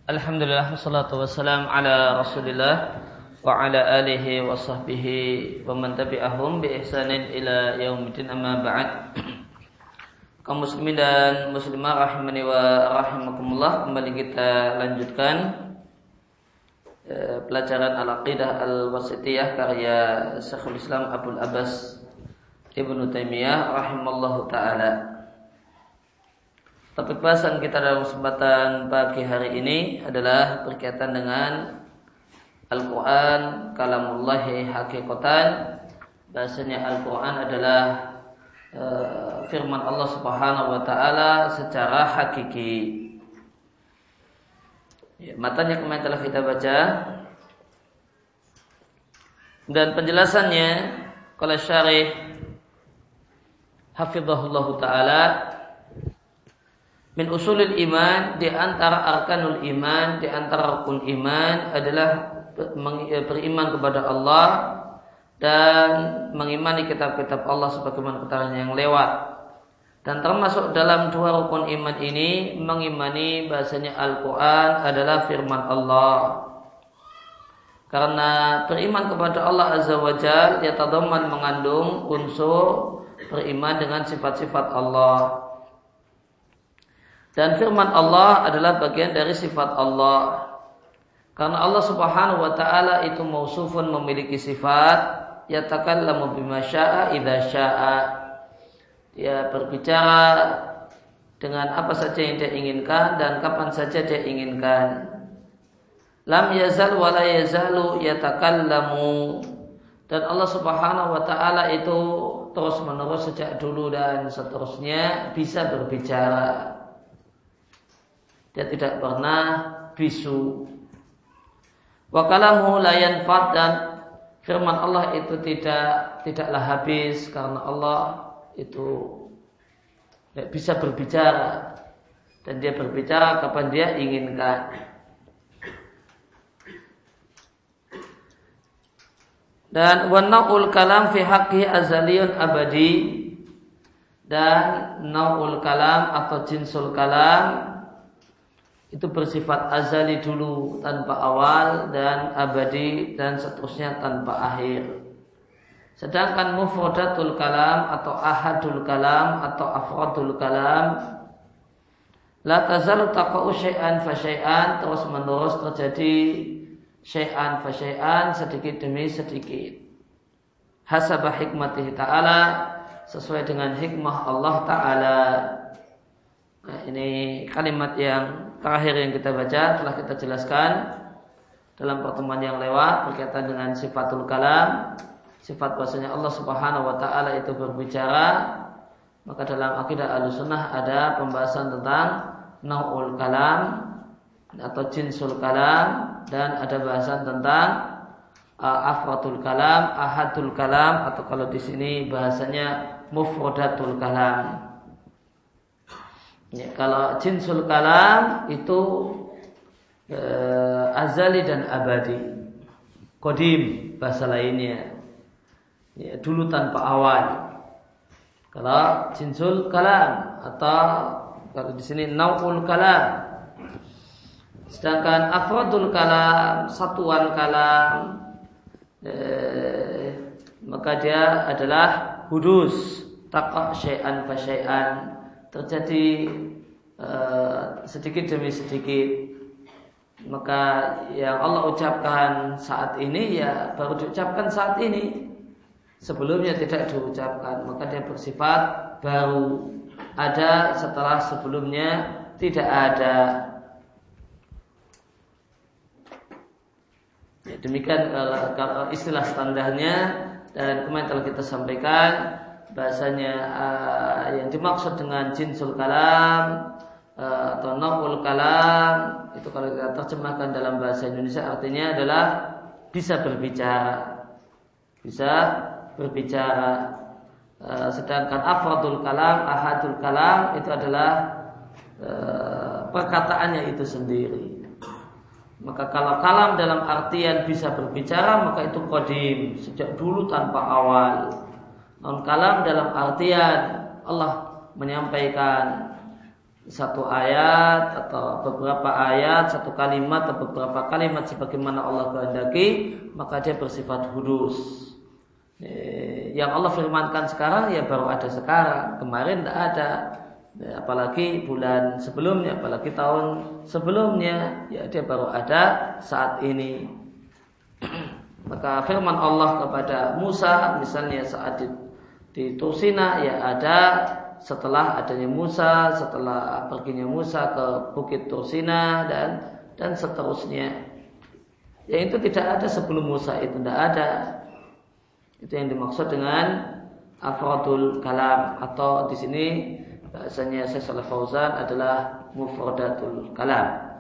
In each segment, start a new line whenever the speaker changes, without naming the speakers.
Alhamdulillah wassalatu wassalam ala Rasulillah wa ala alihi wa sahbihi wa man tabi'ahum bi ihsanin ila yaumiddin, amma ba'd. Kaum muslimin dan muslimah rahimani wa rahimakumullah, kembali kita lanjutkan pelajaran Al-Aqidah Al-Wasithiyah karya Syekhul Islam Abul Abbas Ibnu Taimiyah rahimallahu taala. Topik bahasan kita dalam kesempatan pagi hari ini adalah berkaitan dengan Al-Quran kalamullahi hakikatan. Bahasanya Al-Quran adalah firman Allah Subhanahu wa taala secara hakiki. Matanya kemarin telah kita baca, dan penjelasannya qala syarih hafizahullahu taala, min usulil iman, di antara arkanul iman, di antara rukun iman adalah beriman kepada Allah dan mengimani kitab-kitab Allah sebagaimana keterangan yang lewat. Dan termasuk dalam dua rukun iman ini mengimani bahasanya Al-Quran adalah firman Allah. Karena beriman kepada Allah Azza wa Jalla yatadamman, mengandung unsur beriman dengan sifat-sifat Allah. Dan firman Allah adalah bagian dari sifat Allah. Karena Allah Subhanahu wa taala itu mausufun, memiliki sifat, yatakallamu bima syaa idza syaa. Dia berbicara dengan apa saja yang dia inginkan dan kapan saja dia inginkan. Lam yazal wa la yazalu yatakallamu. Dan Allah Subhanahu wa taala itu terus-menerus sejak dulu dan seterusnya bisa berbicara. Dia tidak pernah bisu. Wa kalamuhu la yanfad, dan firman Allah itu tidaklah habis karena Allah itu bisa berbicara dan dia berbicara kapan dia inginkan. Dan wa naul kalam fi haqqihi azaliyun abadi, dan naul kalam atau jinsul kalam itu bersifat azali dulu tanpa awal dan abadi dan seterusnya tanpa akhir. Sedangkan mufradatul kalam atau ahadul kalam atau afradul kalam la tazalu taqa'u syai'an fa syai'an, terus menerus terjadi syai'an fa syai'an, sedikit demi sedikit. Hasaba hikmatihi ta'ala, sesuai dengan hikmah Allah ta'ala. Nah, ini kalimat yang terakhir yang kita baca telah kita jelaskan dalam pertemuan yang lewat berkaitan dengan sifatul kalam, sifat bahasanya Allah Subhanahu wa taala itu berbicara. Maka dalam akidah Ahlussunnah ada pembahasan tentang nau'ul kalam atau jinsul kalam, dan ada bahasan tentang afratul kalam, ahadul kalam, atau kalau di sini bahasanya mufradatul kalam. Ya, kalau jinsul kalam itu azali dan abadi, qadim bahasa lainnya, ya, dulu tanpa awal. Kalau jinsul kalam, atau kalau di sini nau'ul kalam. Sedangkan afradul kalam, satuan kalam, maka dia adalah hudus, taqa' syai'an fa syai'an, terjadi sedikit demi sedikit. Maka yang Allah ucapkan saat ini ya baru diucapkan saat ini, sebelumnya tidak diucapkan. Maka dia bersifat baru, ada setelah sebelumnya tidak ada. Ya, demikian kalau istilah standarnya. Dan kemarin telah kita sampaikan bahasanya yang dimaksud dengan jinsul kalam atau nau'ul kalam itu kalau kita terjemahkan dalam bahasa Indonesia artinya adalah bisa berbicara, sedangkan afradul kalam, ahadul kalam itu adalah perkataannya itu sendiri. Maka kalau kalam dalam artian bisa berbicara, maka itu qadim, sejak dulu tanpa awal. Non kalam dalam artian Allah menyampaikan satu ayat atau beberapa ayat, satu kalimat atau beberapa kalimat sebagaimana Allah kehendaki, maka dia bersifat hudus. Yang Allah firmankan sekarang ya baru ada sekarang, kemarin tidak ada. Apalagi bulan sebelumnya, apalagi tahun sebelumnya, ya dia baru ada saat ini. Maka firman Allah kepada Musa misalnya saat di Tursina ya ada setelah adanya Musa, setelah perginya Musa ke Bukit Tursina dan seterusnya. Ya itu tidak ada sebelum Musa, itu tidak ada. Itu yang dimaksud dengan afradul kalam, atau di sini bahasanya Syekh Shalih Fauzan adalah mufradatul kalam.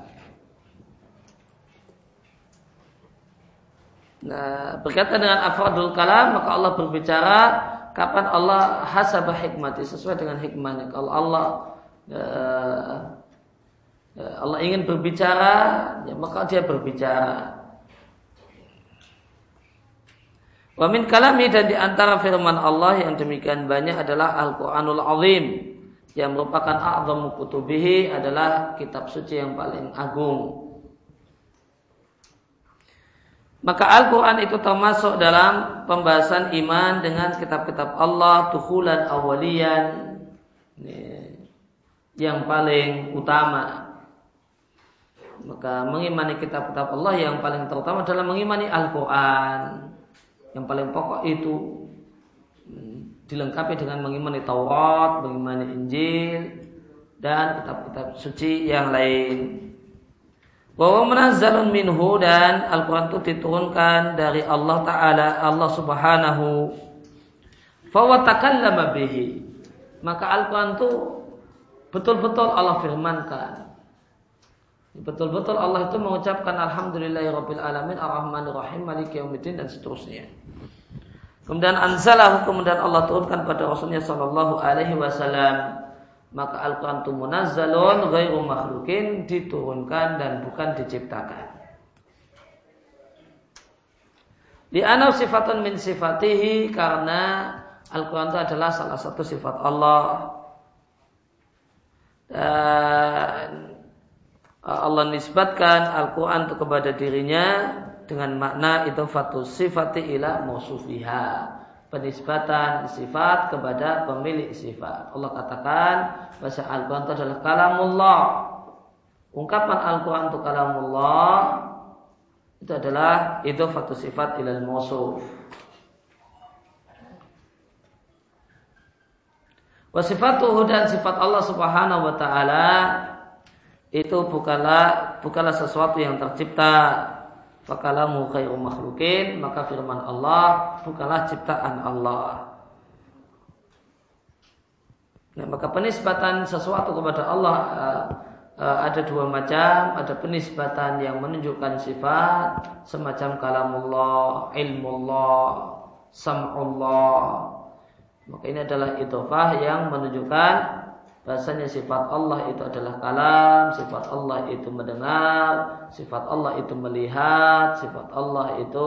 Nah, berkaitan dengan afradul kalam, maka Allah berbicara kapan Allah hasabah hikmati, sesuai dengan hikmahnya. Kalau Allah ingin berbicara, ya maka dia berbicara. Wa min kalami, dan di antara firman Allah yang demikian banyak adalah Al-Qur'anul Azim, yang merupakan a'dhamu kutubihi, adalah kitab suci yang paling agung. Maka Al-Quran itu termasuk dalam pembahasan iman dengan kitab-kitab Allah, dukhulan awalian, yang paling utama. Maka mengimani kitab-kitab Allah yang paling terutama adalah mengimani Al-Quran. Yang paling pokok itu dilengkapi dengan mengimani Taurat, mengimani Injil, dan kitab-kitab suci yang lain. Bahwa munazzalun minhu, dan Al-Quran itu diturunkan dari Allah Ta'ala, Allah Subhanahu. Fahuwa takallama bihi, maka Al-Quran itu betul-betul Allah firmankan. Betul-betul Allah itu mengucapkan Alhamdulillahirabbil alamin arrahmanir rahim maliki yaumiddin dan seterusnya. Kemudian anzalahu, kemudian Allah turunkan pada Rasulnya sallallahu alaihi wasallam. Maka Al-Quran itu munazzalun ghairu makhlukin, diturunkan dan bukan diciptakan. Li'annahu sifatun min sifatihi, karena Al-Quran itu adalah salah satu sifat Allah. Dan Allah nisbatkan Al-Quran itu kepada dirinya dengan makna idhofatus sifati ila mausufiha, penisbatan sifat kepada pemilik sifat. Allah katakan bahasa Al-Quran itu adalah kalamullah. Ungkapan Al-Quran itu kalamullah itu adalah idhofatus sifat ilal mausuf. Wa sifatuhu, dan sifat Allah Subhanahu wa taala itu bukanlah sesuatu yang tercipta. Fakalamu khairu makhlukin, maka firman Allah bukanlah ciptaan Allah. Nah, maka penisbatan sesuatu kepada Allah ada dua macam. Ada penisbatan yang menunjukkan sifat semacam kalamullah, ilmullah, sam'ullah. Maka ini adalah idhofah yang menunjukkan bahasanya sifat Allah itu adalah kalam, sifat Allah itu mendengar, sifat Allah itu melihat, sifat Allah itu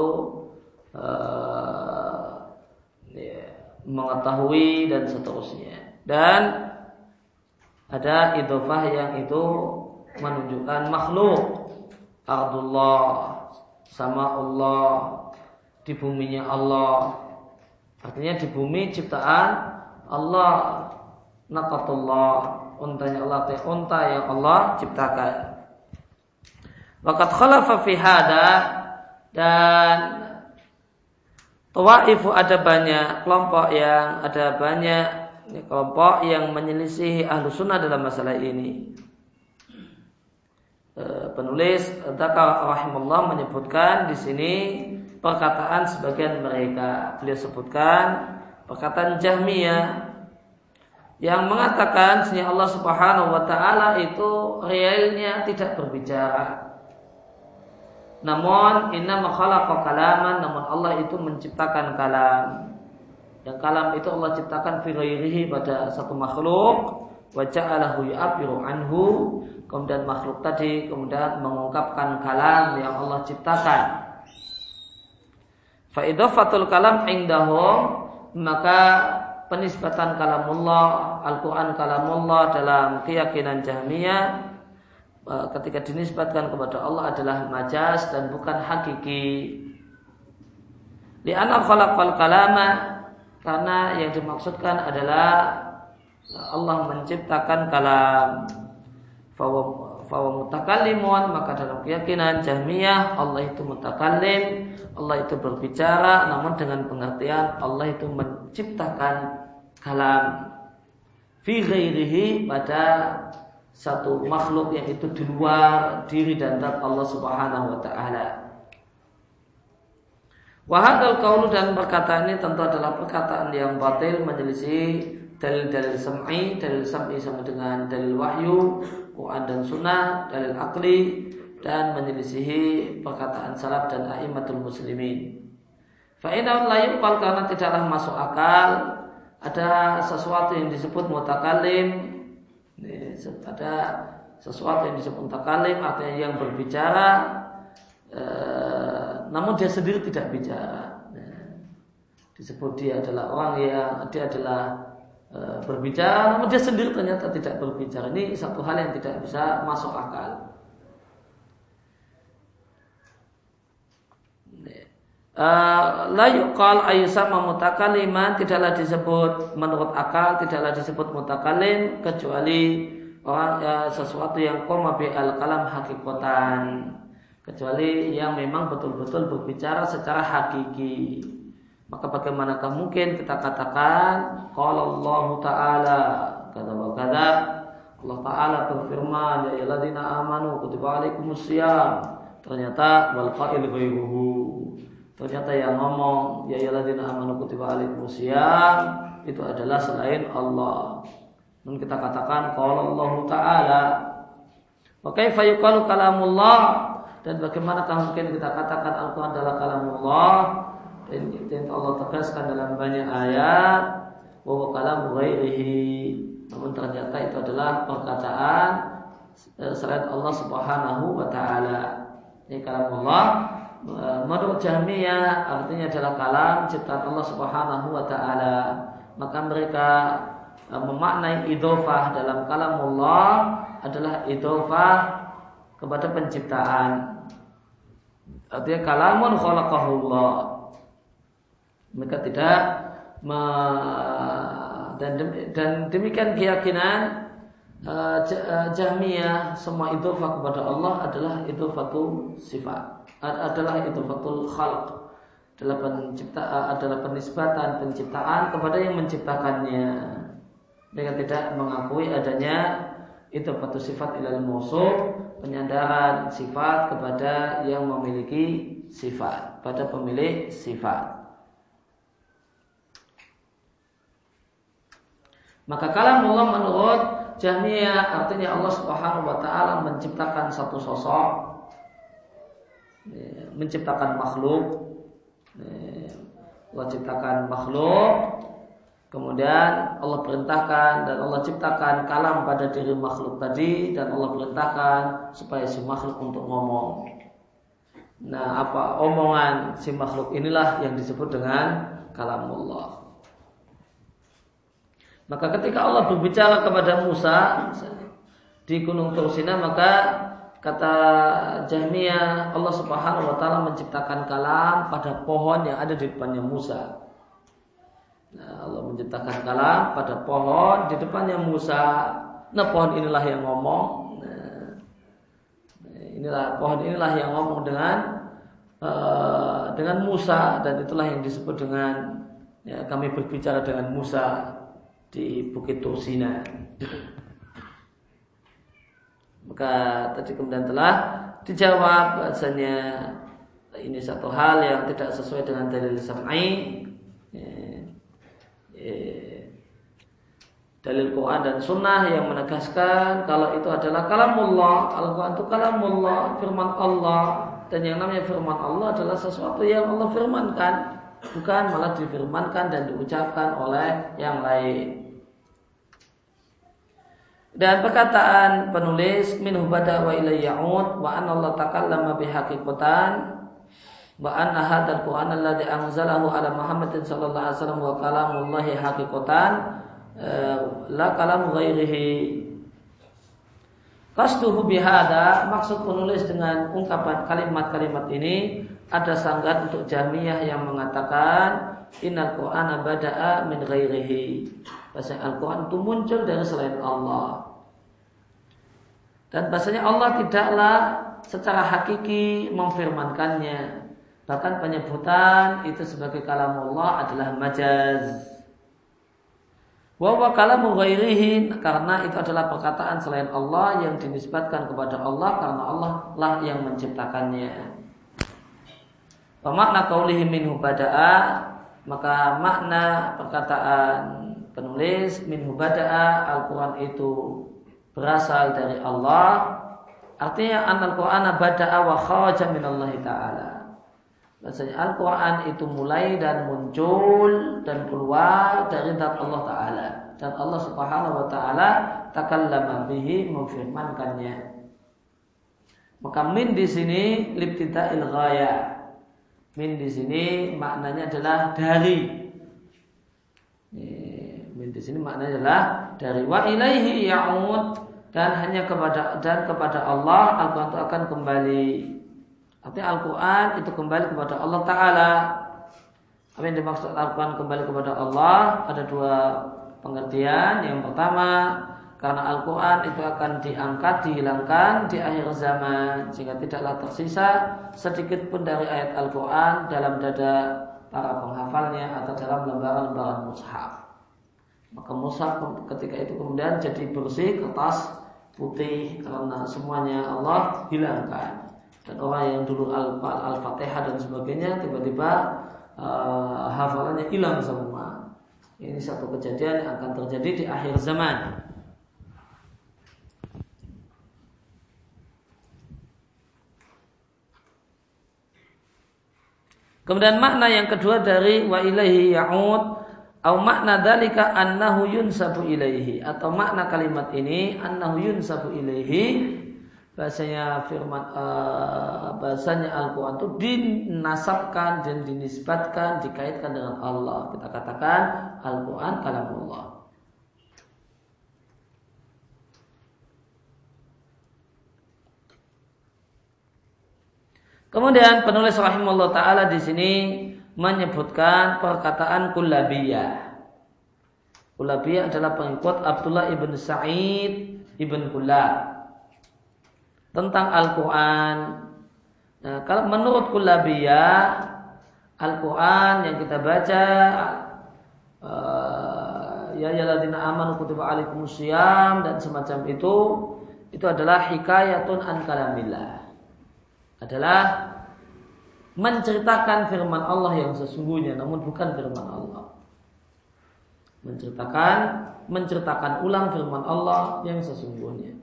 mengetahui dan seterusnya. Dan ada idhofah yang itu menunjukkan makhluk, ardullah, sama'ullah, di buminya Allah. Artinya di bumi ciptaan Allah. Naqatullah, untanya Allah, unta yang Allah ciptakan. Waqad khalafa fi hada, dan tawaifu, ada banyak kelompok yang menyelisihi ahlu sunnah dalam masalah ini. Penulis Dzakar rahimahullah menyebutkan di sini perkataan sebagian mereka. Beliau sebutkan perkataan Jahmiyah yang mengatakan sesungguhnya Allah Subhanahu wa taala itu realnya tidak berbicara. Namun innama khalaqa kalaman, namun Allah itu menciptakan kalam. Yang kalam itu Allah ciptakan fi ghairihi, pada satu makhluk, wa ja'alahu yu'abbiru anhu, kemudian makhluk tadi kemudian mengungkapkan kalam yang Allah ciptakan. Fa idhafatul kalam indahum, maka penisbatan kalamullah, Al-Quran kalamullah dalam keyakinan Jahmiyah ketika dinisbatkan kepada Allah adalah majaz dan bukan hakiki. Li'anna khalaqal kalama, karena yang dimaksudkan adalah Allah menciptakan kalam. Fawa mutakallimun, maka dalam keyakinan Jahmiyah Allah itu mutakallim, Allah itu berbicara, namun dengan pengertian Allah itu menciptakan kalam fi ghairihi, pada satu makhluk yang itu di luar diri dan zat Allah Subhanahu wa taala. Wa hadzal qaulu, dan perkataan ini tentu adalah perkataan yang batil, menyelisih dalil-dalil sam'i. Dalil sam'i sama dengan dalil wahyu, Quran dan sunnah, dalil akli, dan menyelisihi perkataan salaf dan a'immatul muslimin. Fa'innahu la yuqal, karena tidaklah masuk akal ada sesuatu yang disebut mutakallim. Ada sesuatu yang disebut mutakallim, artinya yang berbicara, namun dia sendiri tidak bicara. Disebut dia adalah orang yang dia adalah berbicara, namun dia sendiri ternyata tidak berbicara. Ini satu hal yang tidak bisa masuk akal. La yuqal ayyusama mutakalliman, tidaklah disebut menurut akal, tidaklah disebut mutakallim kecuali orang sesuatu yang qoma bi al-kalam hakikatan, kecuali yang memang betul-betul berbicara secara hakiki. Maka bagaimanakah mungkin kita katakan qala Allah Ta'ala kata kata Allah Ta'ala berfirman, ya ayyuhalladzina amanu kutiba alaikumusiyam, ternyata wal qa'il ghairuhu, ternyata yang ngomong ya ayyuhalladzina amanu kutiba alaikumusiyam itu adalah selain Allah. Dan kita katakan qala Allah Ta'ala. Wa kaifa yuqalu kalamullah, dan bagaimanakah mungkin kita katakan Al-Quran adalah kalamullah, dan Allah tegaskan dalam banyak ayat wa kalam ghairihi, namun ternyata itu adalah perkataan selain Allah Subhanahu wa taala. Ini kalamullah menurut Jahmiyah artinya adalah kalam ciptaan Allah Subhanahu wa taala. Maka mereka memaknai idhofah dalam kalamullah adalah idhofah kepada penciptaan. Artinya kalamun khalaqahullah. Mereka tidak dan demikian keyakinan Jahmiyah, semua idhofah kepada Allah adalah idhofatul sifat, adalah idhofatul khalq, adalah penisbatan penciptaan kepada yang menciptakannya. Mereka tidak mengakui adanya idhofatul sifat ilal mausuf, penyandaran sifat kepada yang memiliki sifat, pada pemilik sifat. Maka kalamullah menurut Jahmiyah artinya Allah Subhanahu wa taala menciptakan satu sosok, menciptakan makhluk. Allah ciptakan makhluk, kemudian Allah perintahkan dan Allah ciptakan kalam pada diri makhluk tadi, dan Allah perintahkan supaya si makhluk untuk ngomong. Nah, apa omongan si makhluk inilah yang disebut dengan kalamullah. Maka ketika Allah berbicara kepada Musa di Gunung Tursina, maka kata Jahmiyah Allah Subhanahu wa taala menciptakan kalam pada pohon yang ada di depannya Musa. Nah, Allah menciptakan kalam pada pohon di depannya Musa. Nah, pohon inilah yang ngomong. Pohon inilah yang ngomong dengan Musa, dan itulah yang disebut dengan kami berbicara dengan Musa di Bukit Tursina. Maka tadi kemudian telah dijawab bahasanya ini satu hal yang tidak sesuai dengan dalil sam'i, dalil Quran dan Sunnah yang menegaskan kalau itu adalah kalamullah. Al-Quran itu kalamullah, firman Allah, dan yang namanya firman Allah adalah sesuatu yang Allah firmankan, bukan malah difirmankan dan diucapkan oleh yang lain. Dan perkataan penulis minhu bada wa ilayhi ya'ud wa anna Allah takallama bihaqiqatan, wa anna hadzal Qur'an alladzi anzalahu ala Muhammadin sallallahu alaihi wasallam wa kalamullahi haqiqatan la kalam ghairihi. Qasduhu bihada, maksud penulis dengan ungkapan kalimat-kalimat ini ada sangat untuk Jahmiyah yang mengatakan innal Qur'ana bada'a min ghairihi. Bahasanya Al-Quran itu muncul dari selain Allah. Dan bahasanya Allah tidaklah secara hakiki memfirmankannya. Bahkan penyebutan itu sebagai kalamullah adalah majaz. Wa kalamu ghairihi, karena itu adalah perkataan selain Allah yang dinisbatkan kepada Allah karena Allah lah yang menciptakannya. Wa makna qaulihi minhu bada'a, maka makna perkataan penulis minhu bada'a, Al-Quran itu berasal dari Allah, artinya anal Qur'ana bada'a wa kharaja minallahi ta'ala. Maksudnya Al-Quran itu mulai dan muncul dan keluar dari zat Allah Ta'ala, dan Allah Subhanahu Wa Ta'ala takallama bihi, memfirmankannya. Maka min di sini libtida'il ghayah. Min di sini maknanya adalah dari. Min di sini maknanya adalah dari. Wa ilaihi ya'ud, dan hanya kepada Allah Al-Quran itu akan kembali. Artinya Al-Quran itu kembali kepada Allah Ta'ala. Apa yang dimaksud Al-Quran kembali kepada Allah? Ada dua pengertian. Yang pertama, karena Al-Quran itu akan diangkat, dihilangkan di akhir zaman, sehingga tidaklah tersisa sedikit pun dari ayat Al-Quran dalam dada para penghafalnya atau dalam lembaran-lembaran mushaf. Maka mushaf ketika itu kemudian jadi bersih, kertas putih, karena semuanya Allah hilangkan. Dan orang yang dulu Al-Fatihah dan sebagainya tiba-tiba hafalannya hilang semua. Ini satu kejadian yang akan terjadi di akhir zaman. Kemudian makna yang kedua dari wa ilaihi ya'ud, atau makna dzalika annahu yunsabu ilaihi, atau makna kalimat ini annahu yunsabu ilaihi, bahasanya bahasanya Al-Quran itu dinasabkan dan dinisbatkan, dikaitkan dengan Allah. Kita katakan Al-Quran kalamullah. Kemudian penulis rahimahullah ta'ala di sini menyebutkan perkataan Kullabiyah. Kullabiyah adalah pengikut Abdullah ibn Sa'id ibn Kullab tentang Al-Quran. Nah, kalau menurut Kullabiyah, Al-Quran yang kita baca, ya ayyuhalladzina amanu kutiba alaikumusiyam dan semacam itu adalah hikayatun an kalamillah, adalah menceritakan firman Allah yang sesungguhnya, namun bukan firman Allah. Menceritakan ulang firman Allah yang sesungguhnya.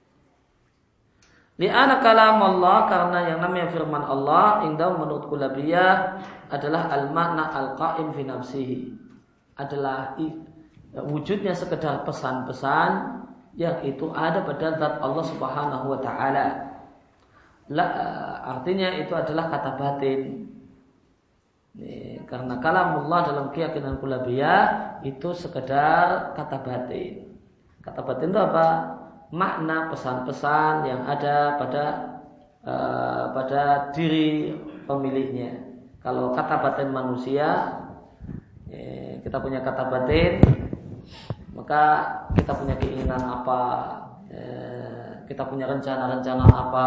Li'ana kalam Allah, karena yang namanya firman Allah indah menurut Kullabiyah adalah al-makna al-qa'im fi nafsihi, adalah wujudnya sekedar pesan-pesan yang itu ada pada zat Allah Subhanahu wa ta'ala. Artinya itu adalah kata batin. Karena kalamullah dalam keyakinan Kullabiyah itu sekedar kata batin. Kata batin itu apa? Makna pesan-pesan yang ada pada diri pemiliknya. Kalau kata batin manusia, kita punya kata batin, maka kita punya keinginan apa, kita punya rencana-rencana apa,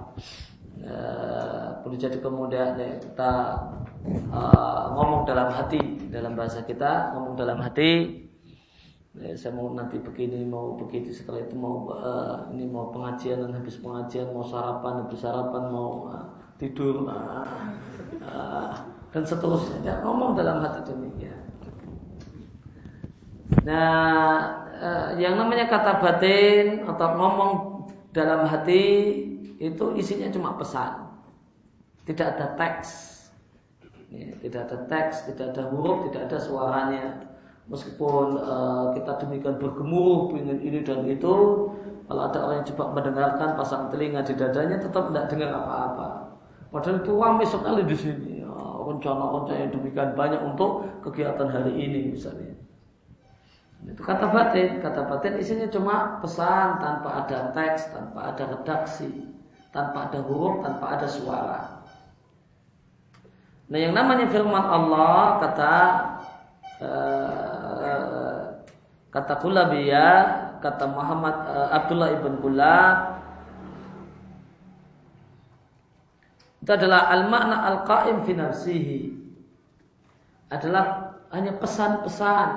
boleh jadi kemudian kita ngomong dalam hati, dalam bahasa kita ngomong dalam hati. Saya mau nanti begini, mau begitu, setelah itu mau ini mau pengajian, dan habis pengajian mau sarapan, habis sarapan mau tidur, dan seterusnya. Ngomong dalam hati demikian. Nah, yang namanya kata batin atau ngomong dalam hati itu isinya cuma pesan, tidak ada teks, tidak ada huruf, tidak ada suaranya. Meskipun kita demikian bergemuruh ingin ini dan itu, kalau ada orang yang coba mendengarkan pasang telinga di dadanya tetap tidak dengar apa-apa. Padahal itu ramai sekali di sini. Ya, rencana-rencana yang demikian banyak untuk kegiatan hari ini misalnya. Itu kata batin. Kata batin isinya cuma pesan tanpa ada teks, tanpa ada redaksi, tanpa ada huruf, tanpa ada suara. Nah, yang namanya firman Allah kata Kullabiyah, kata Muhammad Abdullah ibn Kullab, itu adalah al-makna al-qaim fi nafsihi, adalah hanya pesan-pesan,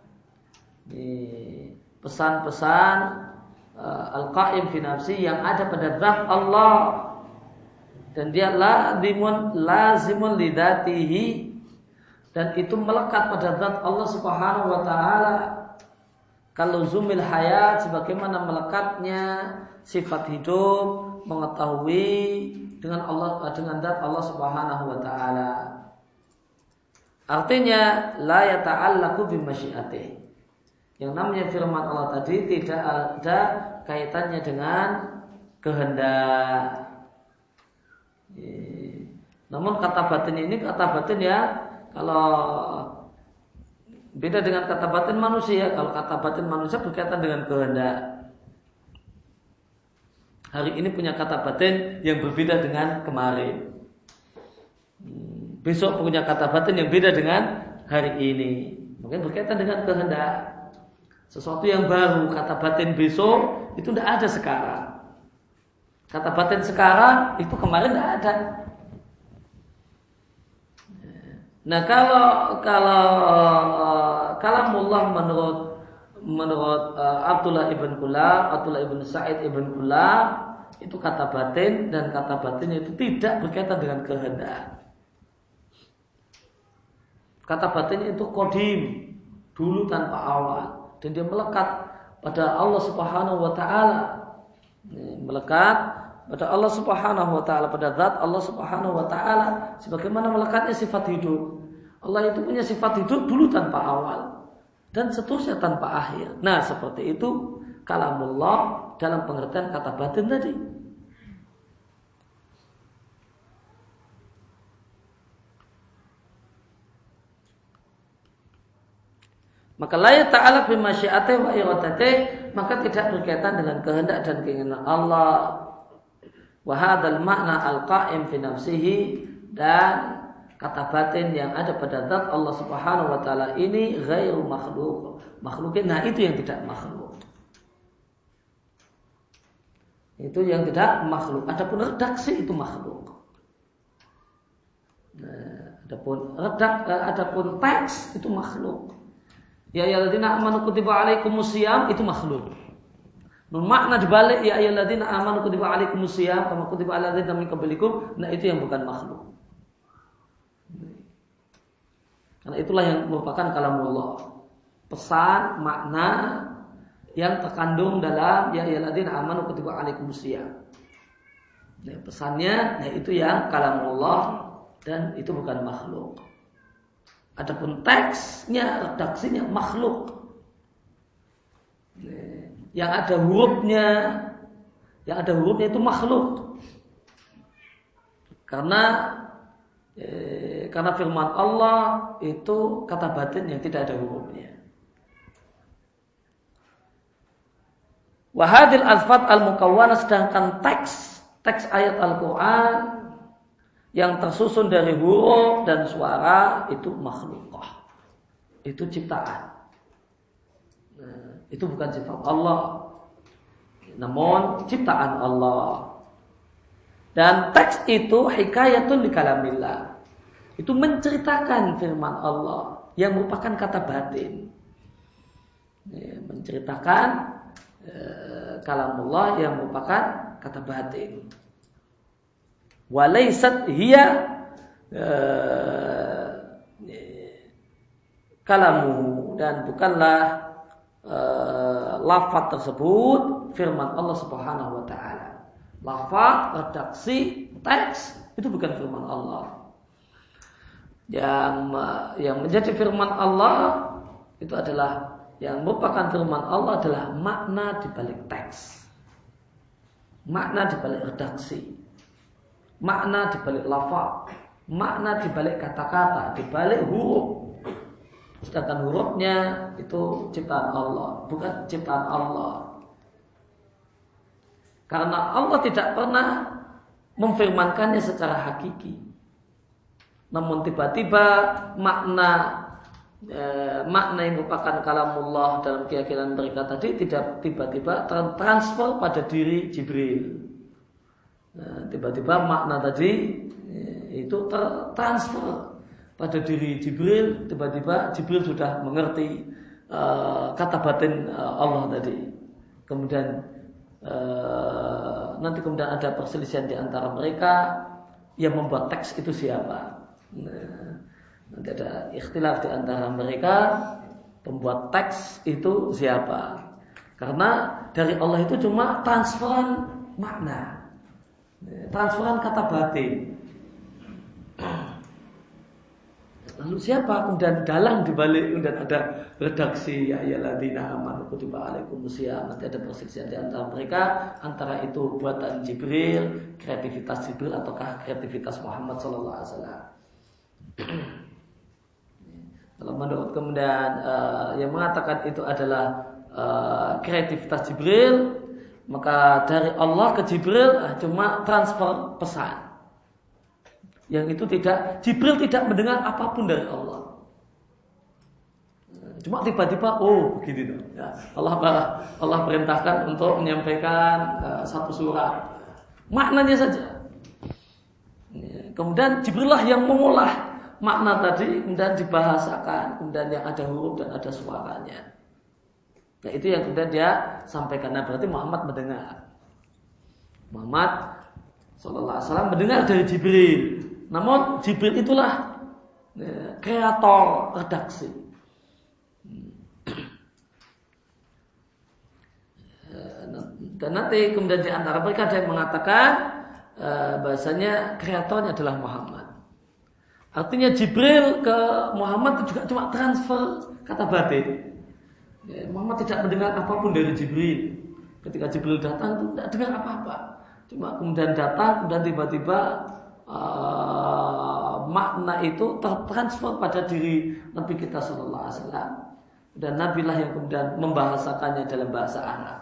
pesan-pesan al-qaim fi nafsihi yang ada pada zat Allah, dan dia lazimun lidatihi, dan itu melekat pada zat Allah Subhanahu wa taala. Kalau zumil hayat, sebagaimana melekatnya sifat hidup, mengetahui dengan Allah, dengan zat Allah Subhanahu wa taala. Artinya la yata'allaqu bi masyiatih. Yang namanya firman Allah tadi tidak ada kaitannya dengan kehendak. Namun kata batin ini kata batin ya, kalau beda dengan kata batin manusia. Kalau kata batin manusia berkaitan dengan kehendak. Hari ini punya kata batin yang berbeda dengan kemarin. Besok punya kata batin yang beda dengan hari ini. Mungkin berkaitan dengan kehendak. Sesuatu yang baru, kata batin besok itu tidak ada sekarang. Kata batin sekarang itu kemarin tidak ada. Nah, kalau kalamullah menurut Abdullah ibn Kullab, Abdullah ibn Sa'id ibn Kullab, itu kata batin, dan kata batinnya itu tidak berkaitan dengan kehendak. Kata batinnya itu qadim, dulu tanpa awal, dan dia melekat pada Allah Subhanahu wa taala. Melekat pada Allah Subhanahu wa taala, pada zat Allah Subhanahu wa taala, sebagaimana melekatnya sifat hidup. Allah itu punya sifat hidup dulu tanpa awal dan seterusnya tanpa akhir. Nah, seperti itu kalamullah dalam pengertian kata batin tadi. Maka la yata'allaq bi masyiatih wa iradatih, maka tidak berkaitan dengan kehendak dan keinginan Allah. Wa hadzal makna al-qa'im fi nafsihi, dan kata batin yang ada pada zat Allah Subhanahu wa taala ini ghairu makhluk. Makhlukin, nah itu yang tidak makhluk. Itu yang tidak makhluk. Adapun redaksi itu makhluk. Nah, adapun teks itu makhluk. Ya ayyuhalladzina amanu kutiba alaikumusiyam itu makhluk. Makna dibalik ya ayyuhalladzina amanu kutiba alaikumusiyam kama kutiba alal ladzina min qablikum, nah itu yang bukan makhluk. Karena itulah yang merupakan kalamullah. Pesan, makna yang terkandung dalam ya ayyuhalladzina amanu kutiba alaikumusiyam. Nah, pesannya nah itu yang kalamullah, dan itu bukan makhluk. Adapun teksnya, redaksinya makhluk. Yang ada hurufnya itu makhluk. Karena firman Allah itu kata batin yang tidak ada hurufnya. Wahadil alfat al-mukawwana, sedangkan teks ayat Al-Quran yang tersusun dari huruf dan suara itu makhlukah, itu ciptaan. Nah, itu bukan sifat Allah, namun ciptaan Allah. Dan teks itu hikayatun li kalamillah, itu menceritakan firman Allah yang merupakan kata batin. Menceritakan kalamullah yang merupakan kata batin. Walaysat hiya kalamu, dan bukanlah lafaz tersebut firman Allah Subhanahu wa taala. Lafaz, redaksi, teks itu bukan firman Allah. Yang menjadi firman Allah itu adalah, yang merupakan firman Allah adalah makna di balik teks, makna di balik redaksi, makna di balik lafaz, makna di balik kata-kata, di balik huruf. Sedangkan hurufnya itu ciptaan Allah, bukan ciptaan Allah. Karena Allah tidak pernah memfirmankannya secara hakiki. Namun tiba-tiba makna yang merupakan kalamullah dalam keyakinan mereka tadi tidak tiba-tiba transfer pada diri Jibril. Tiba-tiba makna tadi itu tertransfer pada diri Jibril, tiba-tiba Jibril sudah mengerti kata batin Allah tadi. Kemudian nanti kemudian ada perselisihan di antara mereka, yang membuat teks itu siapa. Nanti ada ikhtilaf di antara mereka, pembuat teks itu siapa. Karena dari Allah itu cuma transferan makna, transferan kata batin. Lalu siapa kemudian dalang dibalik, kemudian ada redaksi ya ayyuhalladzina amanu kutiba alaikumusiyam. Nanti ada perselisihan di antara mereka, antara itu buatan Jibril, kreativitas Jibril ataukah kreativitas Muhammad sallallahu alaihi wasallam. Kalau menurut kemudian yang mengatakan itu adalah kreativitas Jibril, maka dari Allah ke Jibril cuma transfer pesan. Yang itu Jibril tidak mendengar apapun dari Allah. Cuma tiba-tiba begitu. Ya, Allah perintahkan untuk menyampaikan satu surat. Maknanya saja. Kemudian Jibril lah yang mengolah makna tadi, kemudian dibahasakan, kemudian yang ada huruf dan ada suaranya. Nah, itu yang kemudian dia sampaikan. Nah, berarti Muhammad mendengar. Muhammad sallallahu alaihi wasallam mendengar dari Jibril. Namun Jibril itulah kreator redaksi. Dan nanti kemudian di antara mereka ada yang mengatakan bahasanya kreatornya adalah Muhammad. Artinya Jibril ke Muhammad itu juga cuma transfer kata batin. Muhammad tidak mendengar apapun dari Jibril. Ketika Jibril datang itu tidak dengar apa-apa. Cuma kemudian datang, kemudian tiba-tiba makna itu tertransfer pada diri Nabi kita sallallahu alaihi wasallam, dan Nabi lah yang kemudian membahasakannya dalam bahasa Arab.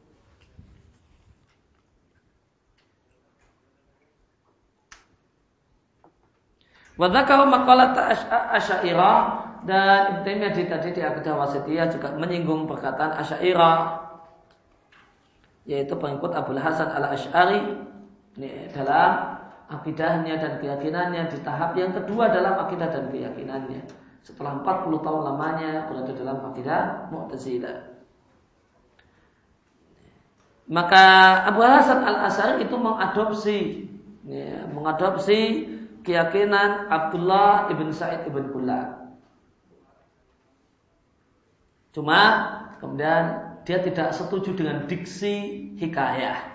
Wa dzakara maqalat Asy'ariyah, dan Ibnu Taimiyah tadi di Aqidah Wasithiyah juga menyinggung perkataan Asy'ariyah, yaitu pengikut Abul Hasan Al-Asy'ari dalam akidahnya dan keyakinannya di tahap yang kedua dalam akidah dan keyakinannya. Setelah 40 tahun lamanya berada dalam akidah Mu'tazilah. Maka Abu Hasan Al-Asy'ari itu mengadopsi keyakinan Abdullah ibn Sa'id ibn Kullab. Cuma kemudian dia tidak setuju dengan diksi hikayah.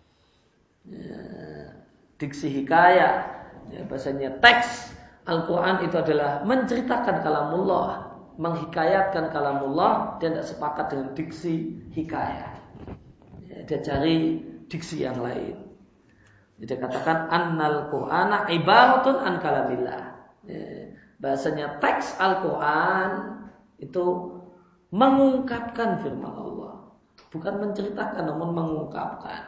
Diksi hikayah, bahasanya teks Al-Quran itu adalah menceritakan kalamullah, menghikayatkan kalamullah, dan tidak sepakat dengan diksi hikayah. Dia cari diksi yang lain. Dia katakan annal Qur'ana ibaratun an kalamillah. Bahasanya teks Al-Quran itu mengungkapkan firman Allah, bukan menceritakan namun mengungkapkan.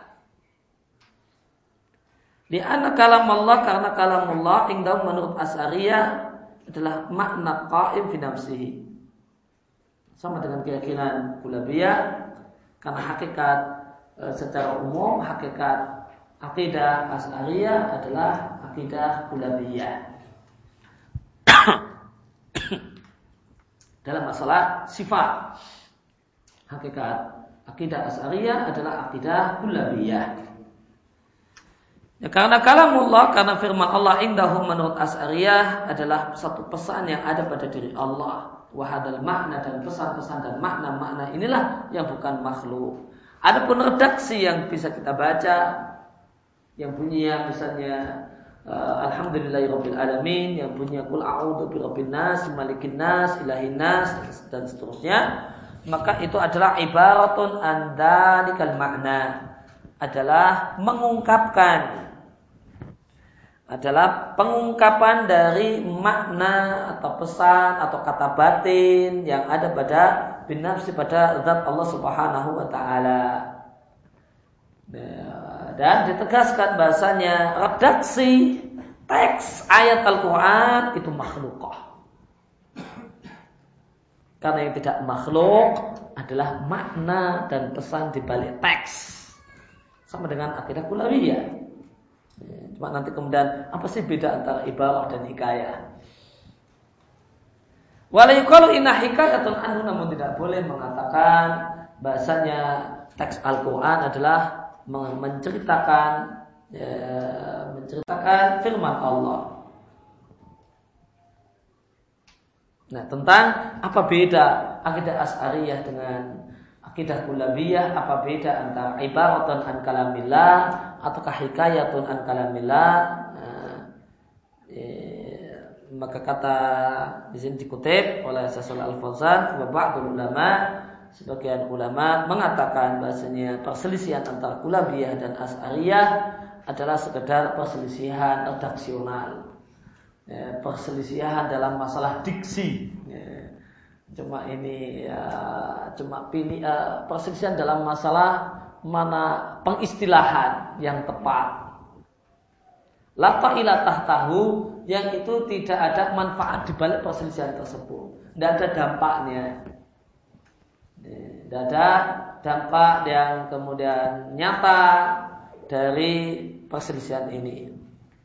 Di anna kalam Allah, karena kalam Allah indahum menurut Asy'ariyah adalah makna qaim fi nafsihi. Sama dengan keyakinan Kullabiyah, karena hakikat secara umum hakikat akidah Asy'ariyah adalah akidah Kullabiyah. Dalam masalah sifat, hakikat akidah Asy'ariyah adalah akidah Kullabiyah. Ya, karena kalamullah, karena firman Allah indahum menurut Asy'ariyah adalah satu pesan yang ada pada diri Allah. Wahadal makna, dan pesan-pesan dan makna-makna inilah yang bukan makhluk. Adapun redaksi yang bisa kita baca, yang bunyinya misalnya alhamdulillahirabbil alamin, yang bunyinya qul a'udzu birabbin nas, malikin nas, ilahin nas, dan seterusnya, maka itu adalah ibaratun an dzalikal makna, adalah mengungkapkan adalah pengungkapan dari makna atau pesan atau kata batin yang ada pada binafsi pada zat Allah Subhanahu wa taala. Dan ditegaskan bahasanya redaksi teks ayat Al-Qur'an itu makhlukah. Karena yang tidak makhluk adalah makna dan pesan di balik teks. Sama dengan akidah kulawiyah. Cuma nanti kemudian apa sih beda antara ibarah dan hikayah? Walau kalau inna hikayatun anhu, namun tidak boleh mengatakan bahasanya teks Al-Quran adalah menceritakan firman Allah. Nah, tentang apa beda akidah Asy'ariyah dengan akidah Kullabiyah, apa beda antara ibaratun an kalamillah ataukah hikayatun an kalamillah? Maka kata di sini dikutip oleh Syaikh Al-Fauzan, wa ba'dul ulama, sebagian ulama mengatakan bahasanya perselisihan antara Kullabiyah dan Asy'ariyah adalah sekedar perselisihan redaksional. Perselisihan dalam masalah diksi. Cuma ini cuma pilih perselisihan dalam masalah mana pengistilahan yang tepat. La ta'ila tahtahu, yang itu tidak ada manfaat di balik perselisihan tersebut. Tidak ada dampaknya. Tidak ada dampak yang kemudian nyata dari perselisihan ini.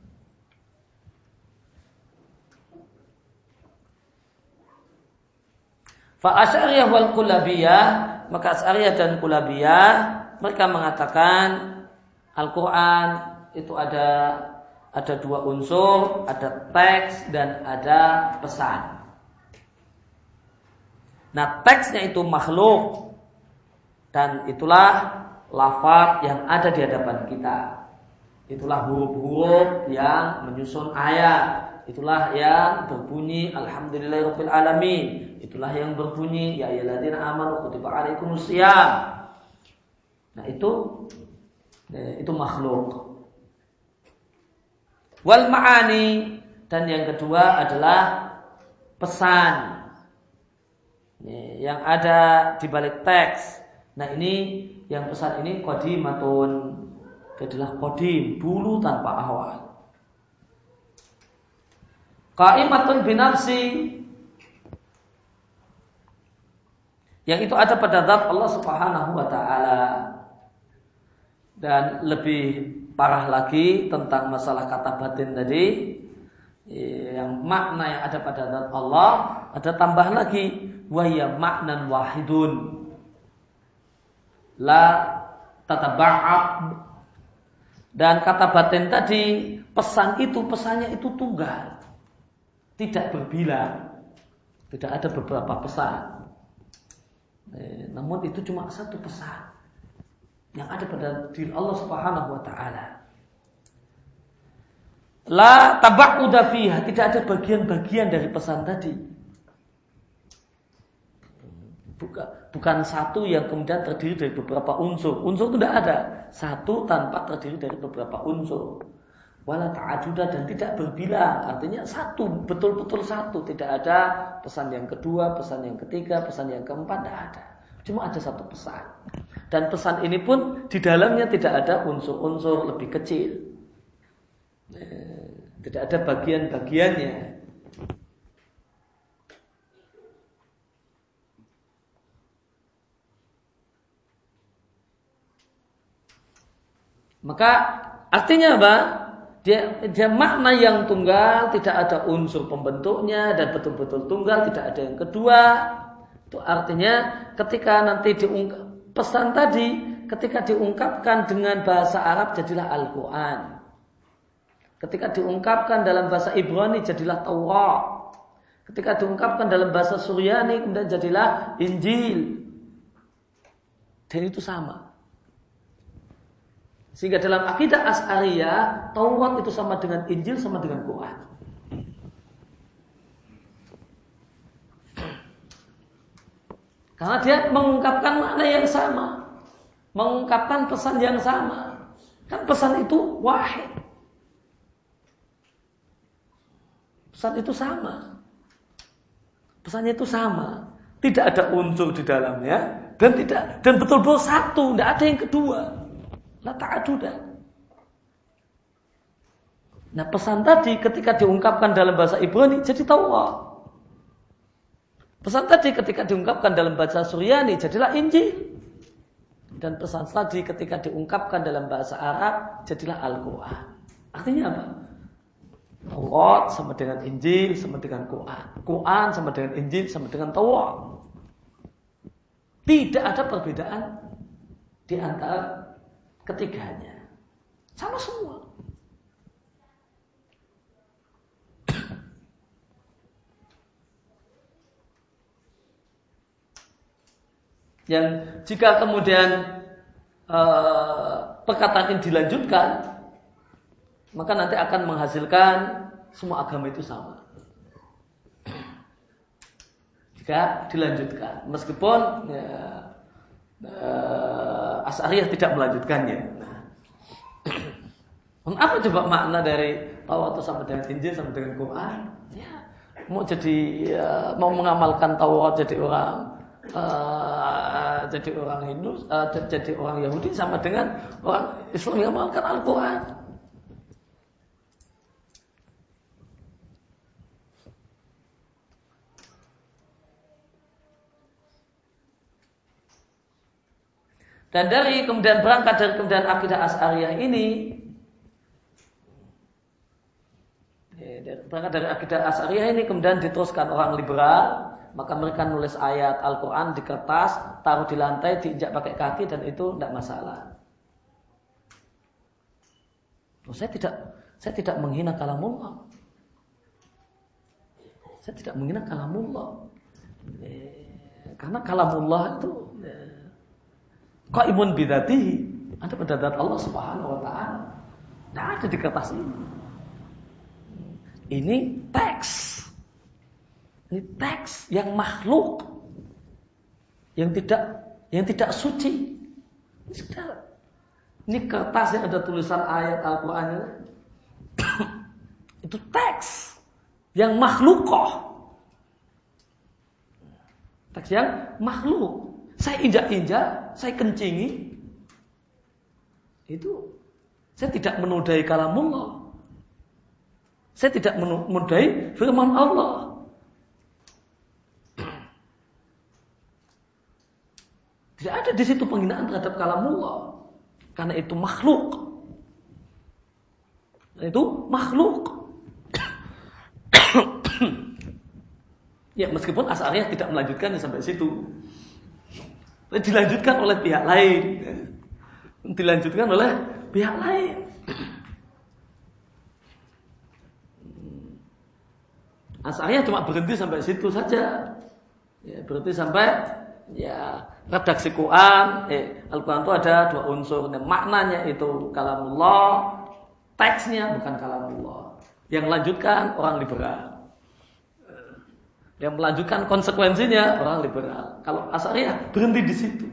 Fa Asy'ariyah wal Kullabiyah, maka Asy'ariyah dan Kullabiyah mereka mengatakan Al-Quran itu ada dua unsur, ada teks dan ada pesan. Nah, teksnya itu makhluk dan itulah lafaz yang ada di hadapan kita. Itulah huruf-huruf yang menyusun ayat. Itulah yang berbunyi alhamdulillahirabbil alamin. Itulah yang berbunyi ya ayyuhalladzina amanu kutiba alaikumusiyam. Nah, itu makhluk. Wal ma'ani, dan yang kedua adalah pesan yang ada di balik teks. Nah, ini yang pesan ini qadimatun, adalah qadim, dulu tanpa awal. Qaimatun binafsi, yang itu ada pada zat Allah Subhanahu wa taala. Dan lebih parah lagi tentang masalah kata batin tadi, yang makna yang ada pada zat Allah, ada tambah lagi wa hiya ma'nan wahidun la tataba'ab. Dan kata batin tadi, pesannya itu tunggal, tidak berbilang, tidak ada beberapa pesan. Namun itu cuma satu pesan yang ada pada diri Allah Subhanahu wa taala. La taba'uda fiha, tidak ada bagian-bagian dari pesan tadi. Bukan satu yang kemudian terdiri dari beberapa unsur. Unsur itu tidak ada. Satu tanpa terdiri dari beberapa unsur. Wala ta'aduda, dan tidak berbilang. Artinya satu, betul-betul satu. Tidak ada pesan yang kedua, pesan yang ketiga, pesan yang keempat, tidak ada. Cuma ada satu pesan. Dan pesan ini pun di dalamnya tidak ada unsur-unsur lebih kecil. Tidak ada bagian-bagiannya. Maka artinya apa? Dia makna yang tunggal, tidak ada unsur pembentuknya dan betul-betul tunggal, tidak ada yang kedua. Itu artinya ketika nanti pesan tadi ketika diungkapkan dengan bahasa Arab jadilah Al-Quran. Ketika diungkapkan dalam bahasa Ibrani jadilah Taurat. Ketika diungkapkan dalam bahasa Suryani kemudian jadilah Injil. Dan itu sama. Sehingga dalam akidah Asy'ariyah, Taurat itu sama dengan Injil, sama dengan Quran. Karena dia mengungkapkan makna yang sama, mengungkapkan pesan yang sama. Kan pesan itu wahid. Pesan itu sama. Pesannya itu sama. Tidak ada unsur di dalamnya dan betul-betul satu, tidak ada yang kedua. La ta'aduda. Nah, pesan tadi ketika diungkapkan dalam bahasa Ibrani jadi Taurat. Pesan tadi ketika diungkapkan dalam bahasa Suryani jadilah Injil. Dan pesan tadi ketika diungkapkan dalam bahasa Arab jadilah Al-Quran. Artinya apa? Taurat sama dengan Injil sama dengan Quran. Quran sama dengan Injil sama dengan Taurat. Tidak ada perbedaan di antara ketiganya. Sama semua. Yang jika kemudian perkataan ini dilanjutkan, maka nanti akan menghasilkan semua agama itu sama. Jika dilanjutkan, meskipun Asy'ariyah tidak melanjutkannya. Apa coba makna dari Taurat sama dengan Injil sama dengan Quran? Ya, mau mengamalkan Taurat jadi orang Hindu, jadi orang Yahudi sama dengan orang Islam yang mengamalkan Al-Quran. Dan berangkat dari kemudian akidah Asy'ariyah ini, kemudian diteruskan orang liberal. Maka mereka nulis ayat Al-Quran di kertas, taruh di lantai, diinjak pakai kaki, dan itu tidak masalah. Saya tidak menghina kalamullah. Saya tidak menghina kalamullah. Karena kalamullah itu qaimun bidzatihi, ada pada zat Allah Subhanahu wa taala. Tidak ada di kertas ini. Ini teks. Ini teks yang makhluk, yang tidak suci. Ini kertas yang ada tulisan ayat Al-Quran. Itu teks yang makhlukoh. Teks yang makhluk. Saya injak-injak, saya kencingi. Itu saya tidak menodai kalamullah. Saya tidak menodai firman Allah. Tidak ada di situ penghinaan terhadap kalamullah, karena itu makhluk. Itu makhluk. Ya, meskipun Asy'ariyah tidak melanjutkannya sampai situ, dilanjutkan oleh pihak lain. Asy'ariyah cuma berhenti sampai situ saja. Ya, berhenti sampai redaksi Quran. Al-Quran itu ada dua unsur. Maknanya itu kalamullah, teksnya bukan kalamullah. Yang melanjutkan orang liberal. Yang melanjutkan konsekuensinya orang liberal. Kalau Asy'ariyah berhenti di situ.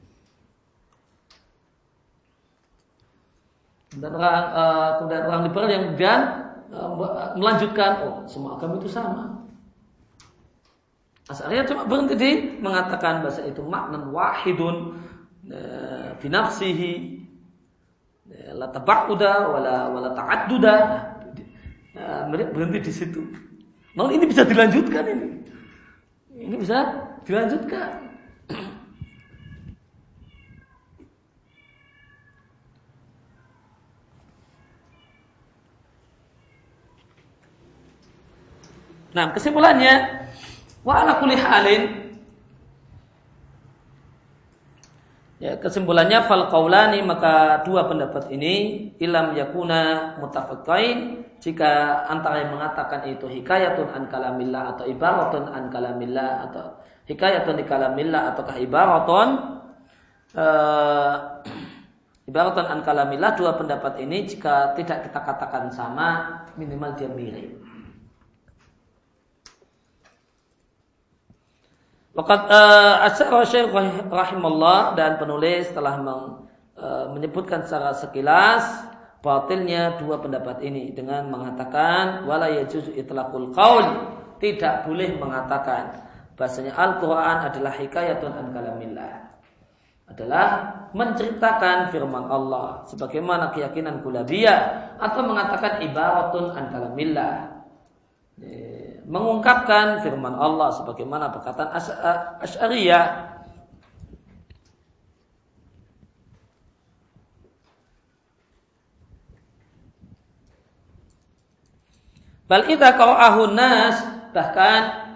Dan orang liberal yang kemudian melanjutkan, semua agama itu sama. Asy'ariyah cuma berhenti di mengatakan bahasa itu maknan wahidun fi nafsihi, la tabauda wala ta'adduda. Berhenti di situ. Namun ini bisa dilanjutkan ini. Ini bisa dilanjutkan. Nah, kesimpulannya, wa ala kulli halin, ya, kesimpulannya fal qaulani, maka dua pendapat ini ilam yakuna mutafiqain, jika antara yang mengatakan itu hikayatun an kalamillah atau ibaratun an kalamillah atau hikayatun an kalamillah ataukah ibaratun an kalamillah, dua pendapat ini jika tidak kita katakan sama, minimal dia mirip. Waqad asyara Syekh rahimallah, dan penulis telah menyebutkan secara sekilas batilnya dua pendapat ini dengan mengatakan wala yajuzu itlaqul qaul, tidak boleh mengatakan bahasanya Al-Qur'an adalah hikayatun an kalamillah, adalah menceritakan firman Allah sebagaimana keyakinan Kullabiyah, atau mengatakan ibaratun an kalamillah, mengungkapkan firman Allah sebagaimana perkataan Asy'ariyah. Bal idza qara'ahu nas, bahkan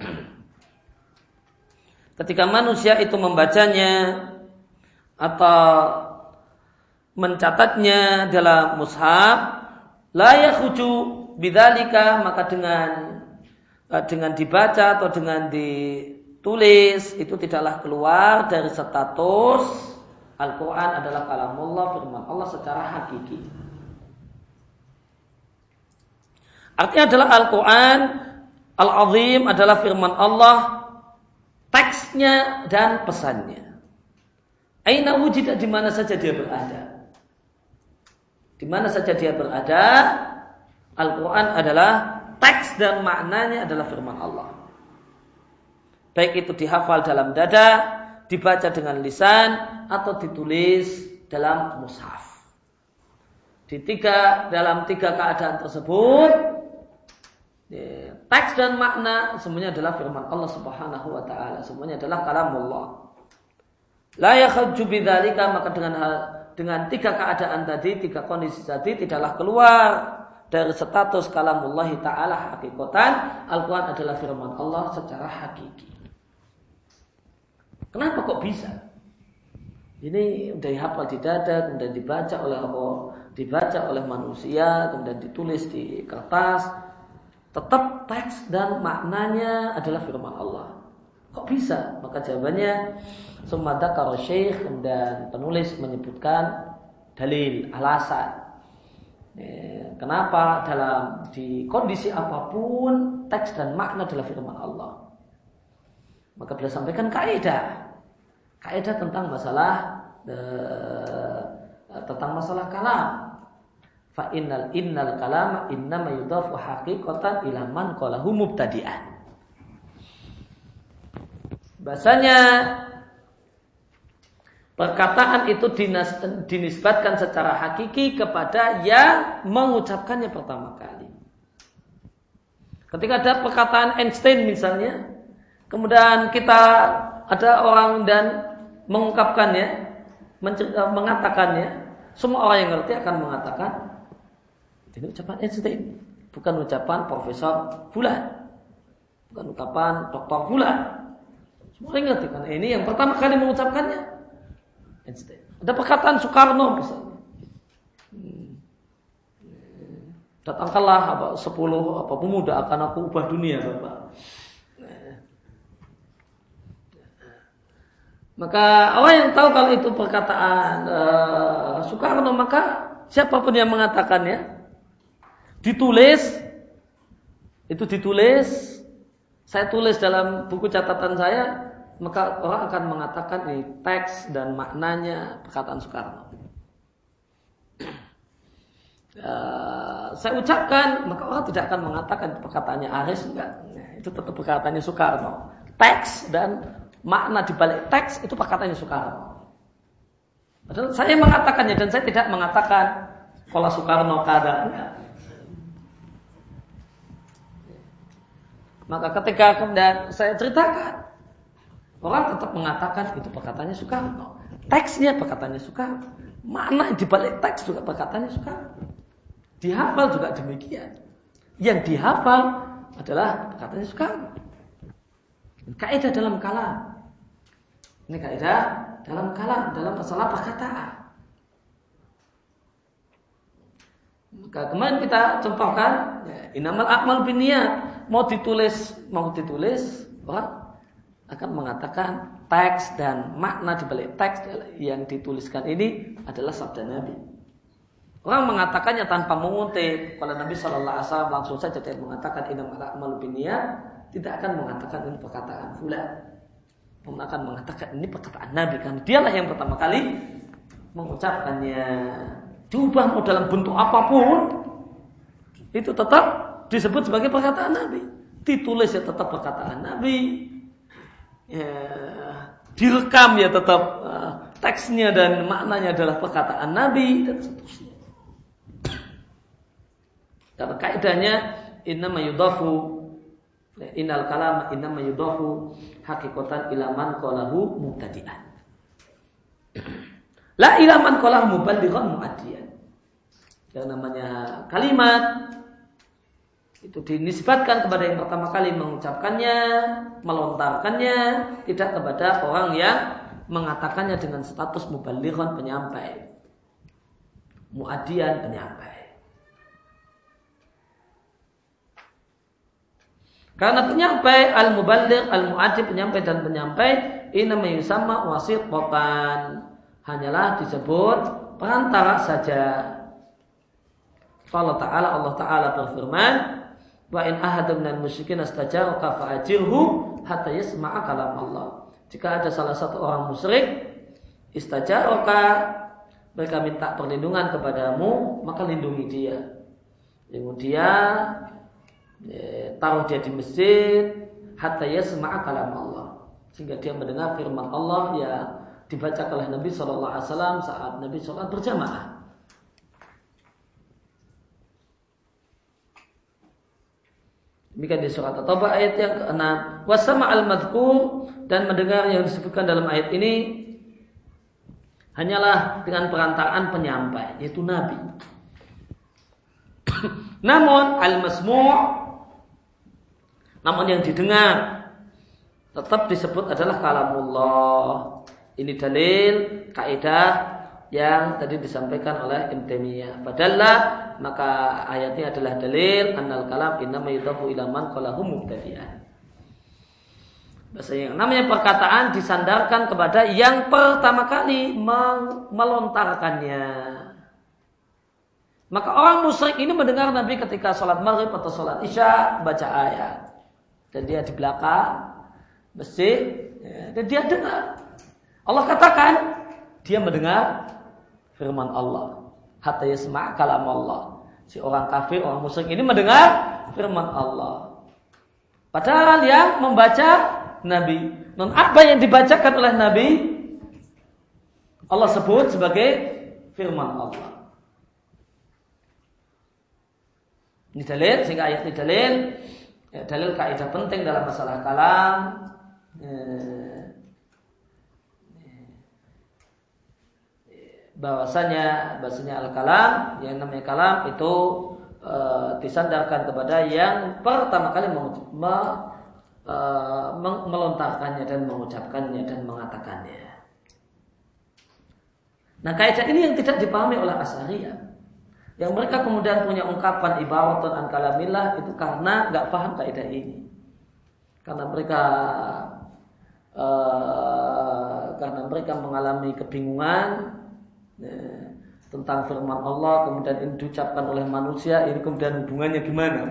ketika manusia itu membacanya atau mencatatnya dalam mushaf, la yakhruju bidzalika, maka dengan dibaca atau dengan ditulis itu tidaklah keluar dari status Al-Qur'an adalah kalamullah, firman Allah secara hakiki. Artinya adalah Al-Quran Al-Azim adalah firman Allah, teksnya dan pesannya. Aina wujidah, di mana saja dia berada. Di mana saja dia berada, Al-Quran adalah teks dan maknanya adalah firman Allah. Baik itu dihafal dalam dada, dibaca dengan lisan, atau ditulis dalam mushaf. Dalam tiga keadaan tersebut, teks dan makna semuanya adalah firman Allah Subhanahu wa taala, semuanya adalah kalamullah. La yakhruju bidzalika, maka dengan tiga keadaan tadi, tiga kondisi tadi tidaklah keluar dari status kalamullah taala hakikatan. Al-Qur'an adalah firman Allah secara hakiki. Kenapa kok bisa? Ini udah dihafal di dada, kemudian dibaca oleh manusia, kemudian ditulis di kertas, tetap teks dan maknanya adalah firman Allah. Kok bisa? Maka jawabannya summa dzakara syekh, dan penulis menyebutkan dalil, alasan. Kenapa di kondisi apapun teks dan makna adalah firman Allah. Maka beliau sampaikan kaidah tentang masalah kalam. Fa innal kalama innama yudhafu haqiqatan ila man qalahu mubtadi'an. Bahasanya perkataan itu dinisbatkan secara hakiki kepada yang mengucapkannya pertama kali. Ketika ada perkataan Einstein misalnya, kemudian ada orang dan mengungkapkannya, mengatakannya, semua orang yang ngerti akan mengatakan ini ucapan Einstein, bukan ucapan Profesor Fulan, bukan ucapan Doktor Fulan. Semua orang ngerti kan ini yang pertama kali mengucapkannya Einstein. Ada perkataan Soekarno misalnya, datangkanlah 10 pemuda akan aku ubah dunia, Bapak. Maka orang yang tahu kalau itu perkataan Soekarno, maka siapapun yang mengatakannya ditulis, saya tulis dalam buku catatan saya, maka orang akan mengatakan ini teks dan maknanya perkataan Soekarno. Saya ucapkan, maka orang tidak akan mengatakan perkataannya Aris, enggak. Itu tetap perkataannya Soekarno. Teks dan makna di balik teks itu perkataannya Soekarno. Padahal saya mengatakannya dan saya tidak mengatakan kalau Soekarno kada. Maka ketika kemudian saya ceritakan, orang tetap mengatakan itu perkataannya Soekarno. Teksnya perkataannya Soekarno. Makna di balik teks juga perkataannya Soekarno. Dihafal juga demikian. Yang dihafal adalah perkataannya Soekarno. Kaidah dalam kalam. Ini kaidah dalam kalam, dalam masalah perkataan. Maka kemarin kita contohkan, innamal a'malu binniyat. Mau ditulis, orang akan mengatakan teks dan makna di balik teks yang dituliskan ini adalah sabda Nabi. Orang mengatakannya tanpa mengutip. Kalau Nabi Shallallahu Alaihi Wasallam langsung saja dia mengatakan innamal a'malu binniyat, tidak akan mengatakan ini perkataan fulan. Namun akan mengatakan ini perkataan Nabi, karena dialah yang pertama kali mengucapkannya. diubah mau dalam bentuk apapun, itu tetap disebut sebagai perkataan Nabi. Ditulis ya tetap perkataan Nabi. Ya, direkam ya tetap teksnya dan maknanya adalah perkataan Nabi dan seterusnya. Karena kaidahnya innama yudafu innal kalam innama yudafu haqiqatan ila man qalahu mubtadi'an. La ila man qalahu muballighan muaddiyan. Yang namanya kalimat itu dinisbatkan kepada yang pertama kali mengucapkannya, melontarkannya, tidak kepada orang yang mengatakannya dengan status muballighan penyampai, muaddiyan penyampai. Karena penyampai al-muballigh, al-muaddi penyampai dan penyampai inama yusamma wasithatan, hanyalah disebut perantara saja. Allah Ta'ala berfirman, wa in ahadun minal musyrikin astajaraka fa'ajirhu hatta yasma'a kalam Allah. Jika ada salah satu orang musyrik istajaraka, mereka minta perlindungan kepadamu, maka lindungi dia. Lindungi dia, taruh dia di masjid hatta yasma'a kalam Allah, sehingga dia mendengar firman Allah yang dibaca oleh Nabi sallallahu alaihi wasallam saat Nabi salat berjamaah. Demikian di surat At-Taubah ayat yang ke-6. Wasama al-madhkur, dan mendengar yang disebutkan dalam ayat ini hanyalah dengan perantaraan penyampai, yaitu Nabi. Namun al-masmu', namun yang didengar tetap disebut adalah kalamullah. Ini dalil kaidah yang tadi disampaikan oleh Ibnu Taimiyah. Padahal maka ayatnya adalah dalil annal kalam innama yudhafu ila man qalahu mubtadi'an. Bahasanya namanya perkataan disandarkan kepada yang pertama kali melontarkannya. Maka orang musyrik ini mendengar Nabi ketika sholat maghrib atau sholat isya baca ayat, dan dia di belakang masjid, dan dia dengar. Allah katakan dia mendengar firman Allah. Hatta yasma' kalam Allah. Si orang kafir, orang musyrik ini mendengar firman Allah. Padahal yang membaca Nabi. Non apa yang dibacakan oleh Nabi Allah sebut sebagai firman Allah. Ini dalil, sehingga ayat ini dalil, dalil kaidah penting dalam masalah kalam. Bahwasanya al-kalam, yang namanya kalam itu disandarkan kepada yang pertama kali melontarkannya dan mengucapkannya dan mengatakannya. Nah, kaidah ini yang tidak dipahami oleh Asy'ariyah. Yang mereka kemudian punya ungkapan ibaratun an kalamillah itu karena enggak paham kaidah ini. Karena mereka mengalami kebingungan tentang firman Allah, kemudian ini diucapkan oleh manusia, ini kemudian hubungannya gimana?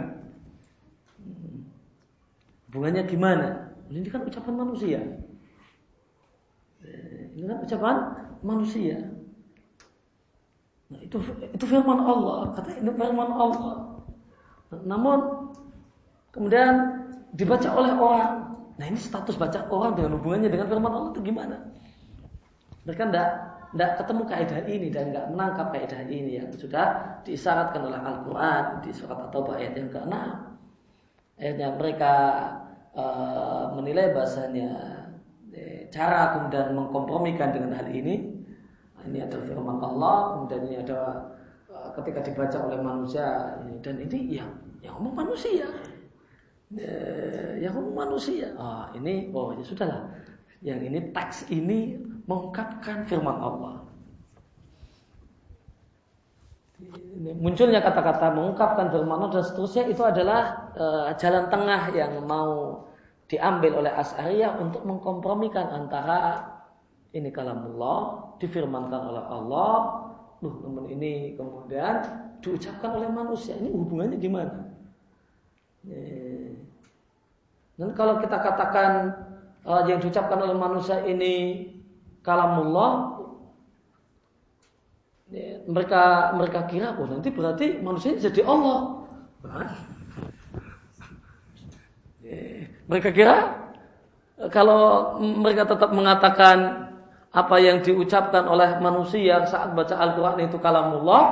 Hubungannya gimana? Ini kan ucapan manusia. Ini kan ucapan manusia. Nah, itu firman Allah, kata ini firman Allah. Namun kemudian dibaca oleh orang. Nah, ini status baca orang dengan hubungannya dengan firman Allah itu gimana? Mereka tidak ketemu kaidah ini dan tidak menangkap kaidah ini yang sudah diisyaratkan oleh Al-Quran di surat At-Taubah ayat yang ke-6. Ayatnya mereka menilai bahasanya cara kemudian mengkompromikan dengan hal ini. Ini adalah firman Allah, kemudian ini ada ketika dibaca oleh manusia, dan ini yang ngomong manusia, yang ngomong manusia. Ini ya sudahlah. Yang ini teks ini mengungkapkan firman Allah. Munculnya kata-kata mengungkapkan firman Allah dan seterusnya itu adalah jalan tengah yang mau diambil oleh Asy'ariyah untuk mengkompromikan antara ini kalamullah difirmankan oleh Allah, namun ini kemudian diucapkan oleh manusia. Ini hubungannya gimana? Dan kalau kita katakan yang diucapkan oleh manusia ini kalamullah,
mereka kira nanti berarti manusia jadi Allah. Mereka kira kalau mereka tetap mengatakan apa yang diucapkan oleh manusia saat baca Al-Quran itu kalamullah,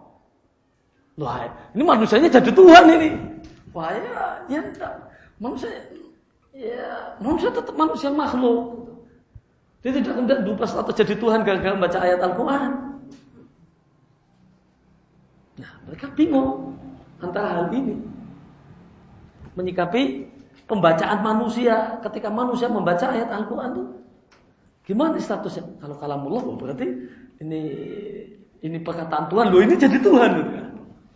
wah ini manusianya jadi Tuhan ini. Wah ya enggak. Manusia tetap manusia makhluk. Dia tidak kemudian lupa atau jadi Tuhan gara-gara baca ayat Al-Quran. Nah, mereka bingung antara hal ini. Menyikapi pembacaan manusia ketika manusia membaca ayat Al-Quran itu gimana statusnya? Kalau kalamullah berarti ini perkataan Tuhan, loh ini jadi Tuhan gitu kan?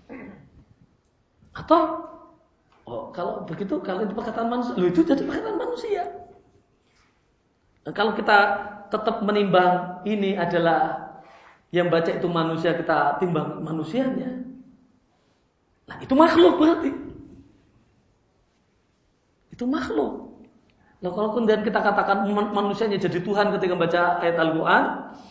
Atau kalau begitu kalau itu perkataan manusia, loh itu jadi perkataan manusia. Nah, kalau kita tetap menimbang ini adalah yang baca itu manusia, kita timbang manusianya. Nah, itu makhluk berarti. Itu makhluk. Nah, kalau kemudian kita katakan manusianya jadi Tuhan ketika baca ayat Al-Quran,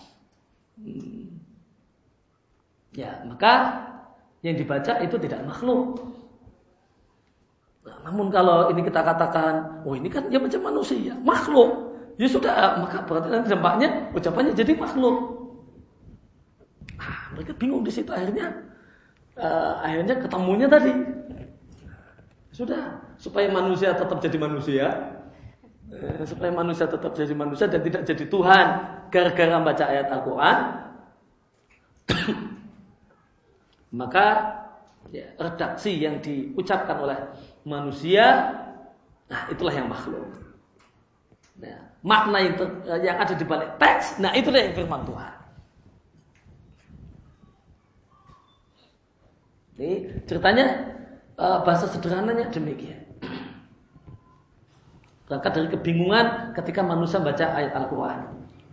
ya maka yang dibaca itu tidak makhluk. Nah, namun kalau ini kita katakan, ini kan dia baca manusia, makhluk. Ya sudah, maka berarti nanti dampaknya ucapannya jadi makhluk. Mereka bingung di situ akhirnya ketemunya tadi. Sudah, supaya manusia tetap jadi manusia. Supaya manusia tetap jadi manusia dan tidak jadi Tuhan gara-gara baca ayat Al-Quran. Maka redaksi yang diucapkan oleh manusia, nah itulah yang makhluk. Nah, makna yang ada di balik teks, nah itulah yang firman Tuhan. Ini ceritanya bahasa sederhananya demikian. Berangkat dari kebingungan ketika manusia baca ayat Al-Quran.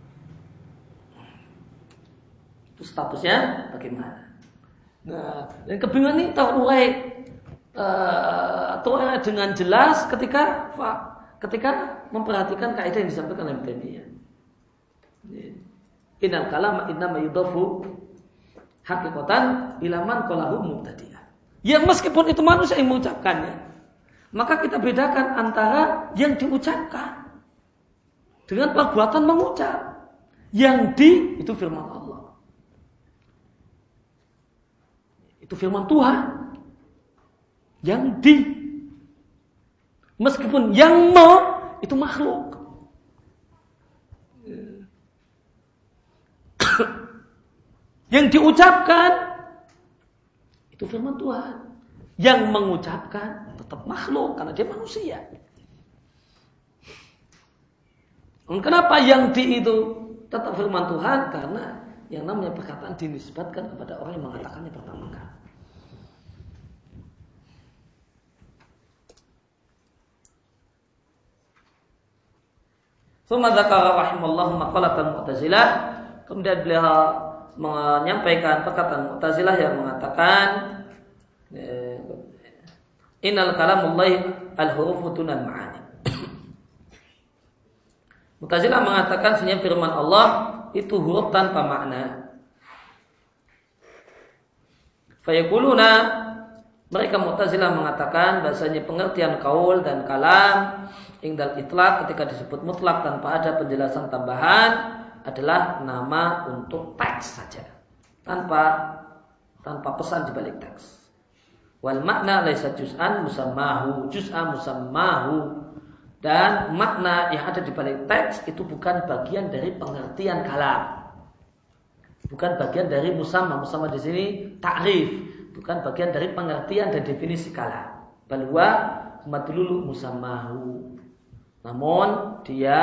Itu statusnya bagaimana? Nah, dan kebingungan ini terurai dengan jelas ketika memperhatikan kaidah yang disampaikan oleh Ibnu Taimiyah. Innal kalama innama yudhafu haqiqatan ila man qalahu mubtadi'ah. Ya meskipun itu manusia yang mengucapkannya, maka kita bedakan antara yang diucapkan dengan perbuatan mengucap. Yang itu firman Allah. Itu firman Tuhan. Yang meskipun yang itu makhluk. Yang diucapkan itu firman Tuhan. Yang mengucapkan tetap makhluk karena dia manusia. Kenapa yang itu tetap firman Tuhan? Karena yang namanya perkataan dinisbatkan kepada orang yang mengatakannya pertama kali. Tsumma dzakara rahimallahu maqalatan Mu'tazilah. Kemudian beliau menyampaikan perkataan Mu'tazilah yang mengatakan innal kalamullahi al-hurufu dunal ma'ani. Mu'tazilah mengatakan sebenarnya firman Allah itu huruf tanpa makna. Fayaquluna, mereka Mu'tazilah mengatakan bahasanya pengertian qaul dan kalam indal itlaq ketika disebut mutlak tanpa ada penjelasan tambahan adalah nama untuk teks saja, tanpa pesan di balik teks. Wal makna laisa juz'an musammahu, dan makna yang ada di balik teks itu bukan bagian dari pengertian kalam. Bukan bagian dari musamma di sini ta'rif, bukan bagian dari pengertian dan definisi kalam. Bal huwa madlulu musammahu. Namun dia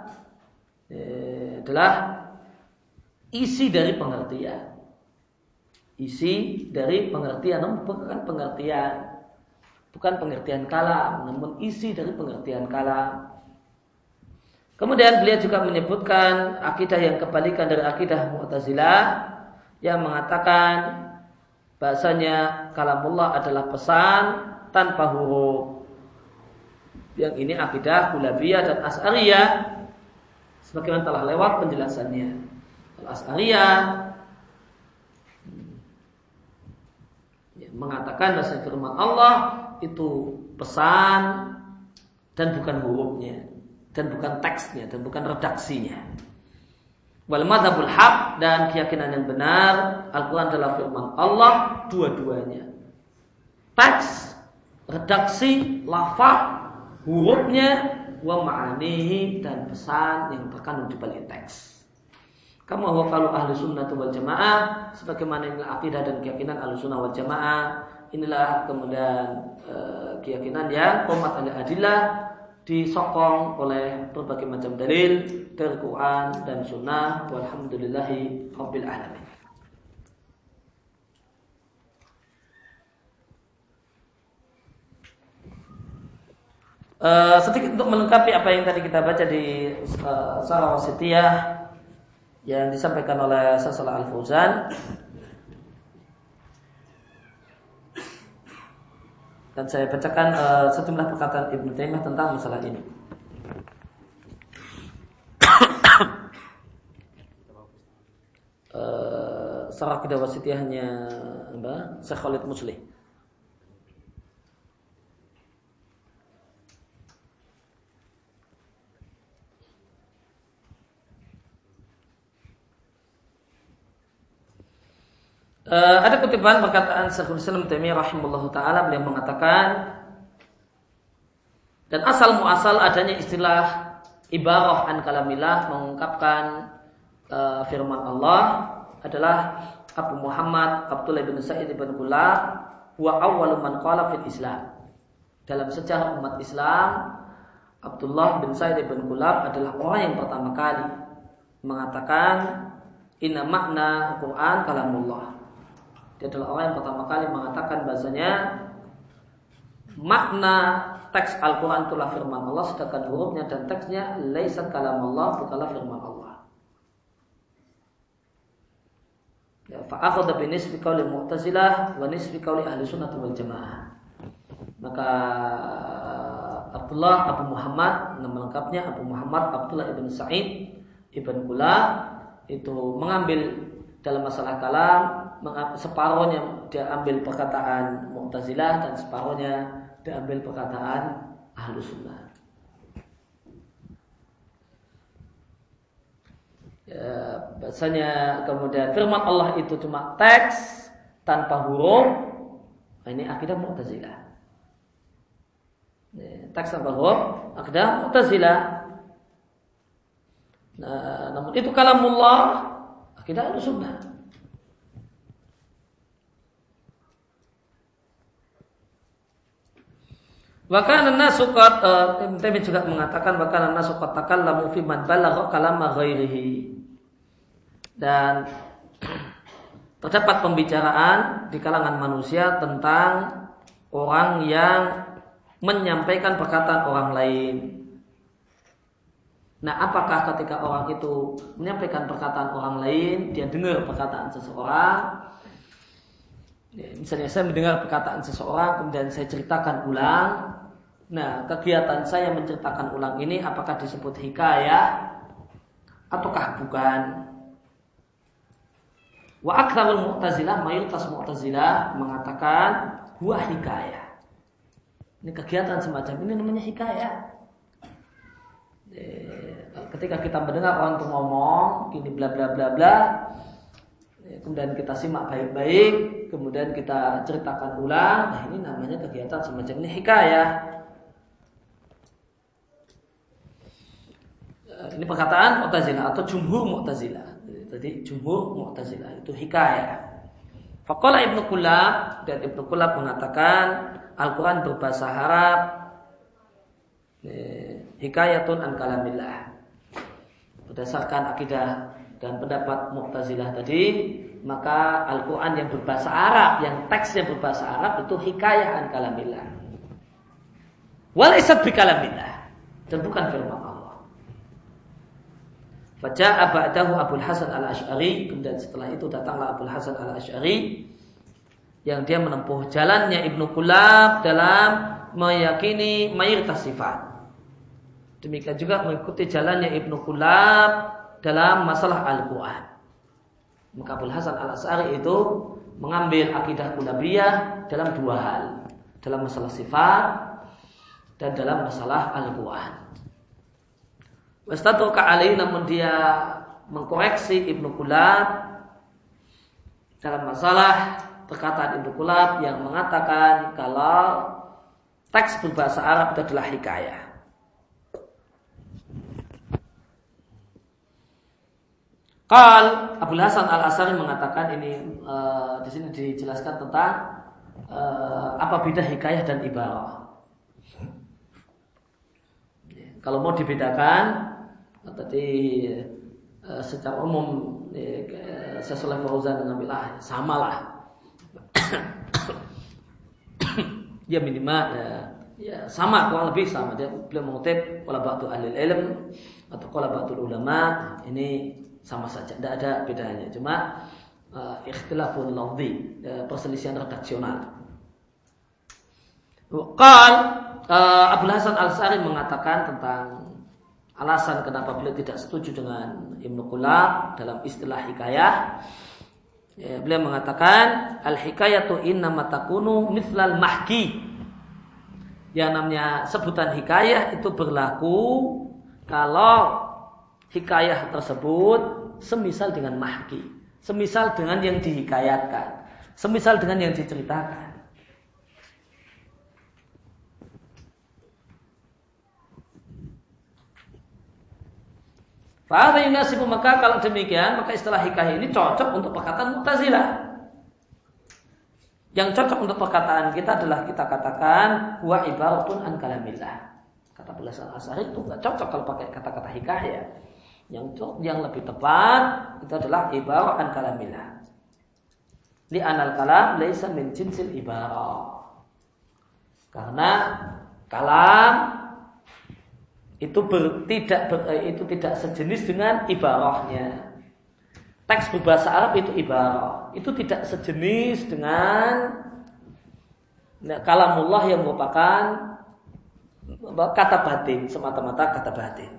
adalah isi dari pengertian. Isi dari pengertian, namun bukan pengertian kalam, namun isi dari pengertian kalam. Kemudian beliau juga menyebutkan akidah yang kebalikan dari akidah Mu'tazilah yang mengatakan bahasanya kalamullah adalah pesan tanpa huruf. Yang ini akidah Kulabiyah dan Asy'ariyah sebagaimana telah lewat penjelasannya. Asy'ariyah mengatakan bahasa firman Allah itu pesan dan bukan hurufnya, dan bukan teksnya, dan bukan redaksinya. Wal madzhabul haq, dan keyakinan yang benar, Al-Quran adalah firman Allah dua-duanya. Teks, redaksi, lafaz, hurufnya, wa ma'anihi, dan pesan yang terkandung di balik teks. Kama huwa qaulu ahli sunnah wal jamaah, sebagaimana inilah akidah dan keyakinan ahli sunnah wal jamaah. Inilah kemudian keyakinan yang umat al-adillah disokong oleh berbagai macam dalil dari Quran dan Sunnah. Walhamdulillahi Rabbil Alamin. Sedikit untuk melengkapi apa yang tadi kita baca di Syarah Wasithiyah yang disampaikan oleh Syaikh Al-Fauzan, dan saya bacakan sejumlah perkataan Ibnu Taimiyah tentang masalah ini. Syarah Aqidah Wasithiyahnya Syekh Khalid Muslih. Ada kutipan perkataan Syekhul Islam Taimiyah rahimahullahu taala, beliau mengatakan, dan asal muasal adanya istilah ibarah an kalamillah, mengungkapkan firman Allah, adalah Abu Muhammad Abdullah bin Sa'id bin Qulab wa awwalu man qala fil Islam. Dalam sejarah umat Islam, Abdullah bin Sa'id bin Qulab adalah orang yang pertama kali mengatakan inna makna Quran kalamullah. Dia adalah orang yang pertama kali mengatakan bahasanya makna teks Al-Quran itulah firman Allah, sedangkan hurufnya dan teksnya laisat kalamullah, bukanlah firman Allah. Ya, fa'akhadha bi nisbi qauli Mu'tazilah wa nisbi qauli ahli sunnah wal jamaah. Maka Abdullah Abu Muhammad, nama lengkapnya Abu Muhammad Abdullah ibn Sa'id ibn Qulab, itu mengambil dalam masalah kalam, separuhnya dia ambil perkataan Mu'tazilah dan separuhnya dia ambil perkataan Ahlus Sunnah. Ya, bahasanya kemudian firman Allah itu cuma teks tanpa huruf. Nah, ini akidah Mu'tazilah. Teks tanpa huruf, akidah Mu'tazilah. Nah, namun itu kalamullah, akidah Ahlus Sunnah. Bahkan an-nasu qad Ibnu Taimiyah juga mengatakan bahkan an-nasu qad takallamu fi man balagha kalama ghairihi. Dan terdapat pembicaraan di kalangan manusia tentang orang yang menyampaikan perkataan orang lain. Nah, apakah ketika orang itu menyampaikan perkataan orang lain, dia dengar perkataan seseorang, misalnya saya mendengar perkataan seseorang, kemudian saya ceritakan ulang. Nah, kegiatan saya menceritakan ulang ini apakah disebut hikayah ataukah bukan? Wa aktsarul Mu'tazilah, mayoritas Mu'tazilah mengatakan huwa hikayah. Ini kegiatan semacam ini namanya hikayah. Ketika kita mendengar orang itu ngomong gini bla bla bla bla, kemudian kita simak baik-baik, kemudian kita ceritakan ulang, nah ini namanya kegiatan semacam ini hikayah. Ini perkataan Mu'tazilah atau jumhur Mu'tazilah. Jadi jumhur Mu'tazilah itu hikayah. Faqala Ibnu Qulab, dan Ibnu Qulab mengatakan Al-Quran berbahasa Arab hikayatun an kalamillah. Berdasarkan akidah dan pendapat Mu'tazilah tadi, maka Al-Quran yang berbahasa Arab, yang teks yang berbahasa Arab itu hikayah an kalamillah. Walaysat bi kalamillah, dan bukan firman Allah. Faja'a ba'dahu Abul Hasan Al-Asy'ari, kemudian setelah itu datanglah Abul Hasan Al-Asy'ari yang dia menempuh jalannya Ibnu Qulab dalam meyakini mayoritas sifat. Demikian juga mengikuti jalannya Ibnu Qulab dalam masalah Al-Quran. Maka Abul Hasan Al-Asy'ari itu mengambil akidah kullabiyah dalam dua hal, dalam masalah sifat dan dalam masalah Al-Quran. Wastadroka alaihi, namun dia mengkoreksi Ibnu Kullab dalam masalah perkataan Ibnu Kullab yang mengatakan kalau teks berbahasa Arab itu adalah hikayah. Qal Abul Hasan Al-Asari mengatakan ini di sini dijelaskan tentang apa beda hikayah dan ibarah. Kalau mau dibedakan tadi secara umum Syekh Shalih Fauzan mengambil samalah. Ya minimal ya sama, kurang lebih sama. Dia beliau mengutip qala ba'du ahli ilm atau qala ba'du ulama, ini sama saja, tidak ada bedanya. Cuma ikhtilafun lafzi, perselisihan redaksional. Qal Abul Hasan Al-Asari mengatakan tentang alasan kenapa beliau tidak setuju dengan Ibnu Kullab dalam istilah hikayah. Beliau mengatakan al-hikayatu innama takunu mithlal mahki. Yang namanya sebutan hikayah itu berlaku kalau hikayah tersebut semisal dengan mahki, semisal dengan yang dihikayatkan, semisal dengan yang diceritakan. Fa'adha yunasibu, maka kalau demikian maka istilah hikayah ini cocok untuk perkataan Mu'tazilah. Yang cocok untuk perkataan kita adalah kita katakan huwa ibaratun an kalamillah. Kata Abul Hasan Al-Asari itu enggak cocok kalau pakai kata-kata hikayah. Yang lebih tepat itu adalah ibarah an kalamillah. Li anal kalam laisa min jinsil ibarah. Karena kalam itu tidak sejenis dengan ibarahnya. Teks berbahasa Arab itu ibarah, itu tidak sejenis dengan kalamullah yang merupakan kata batin, semata-mata kata batin.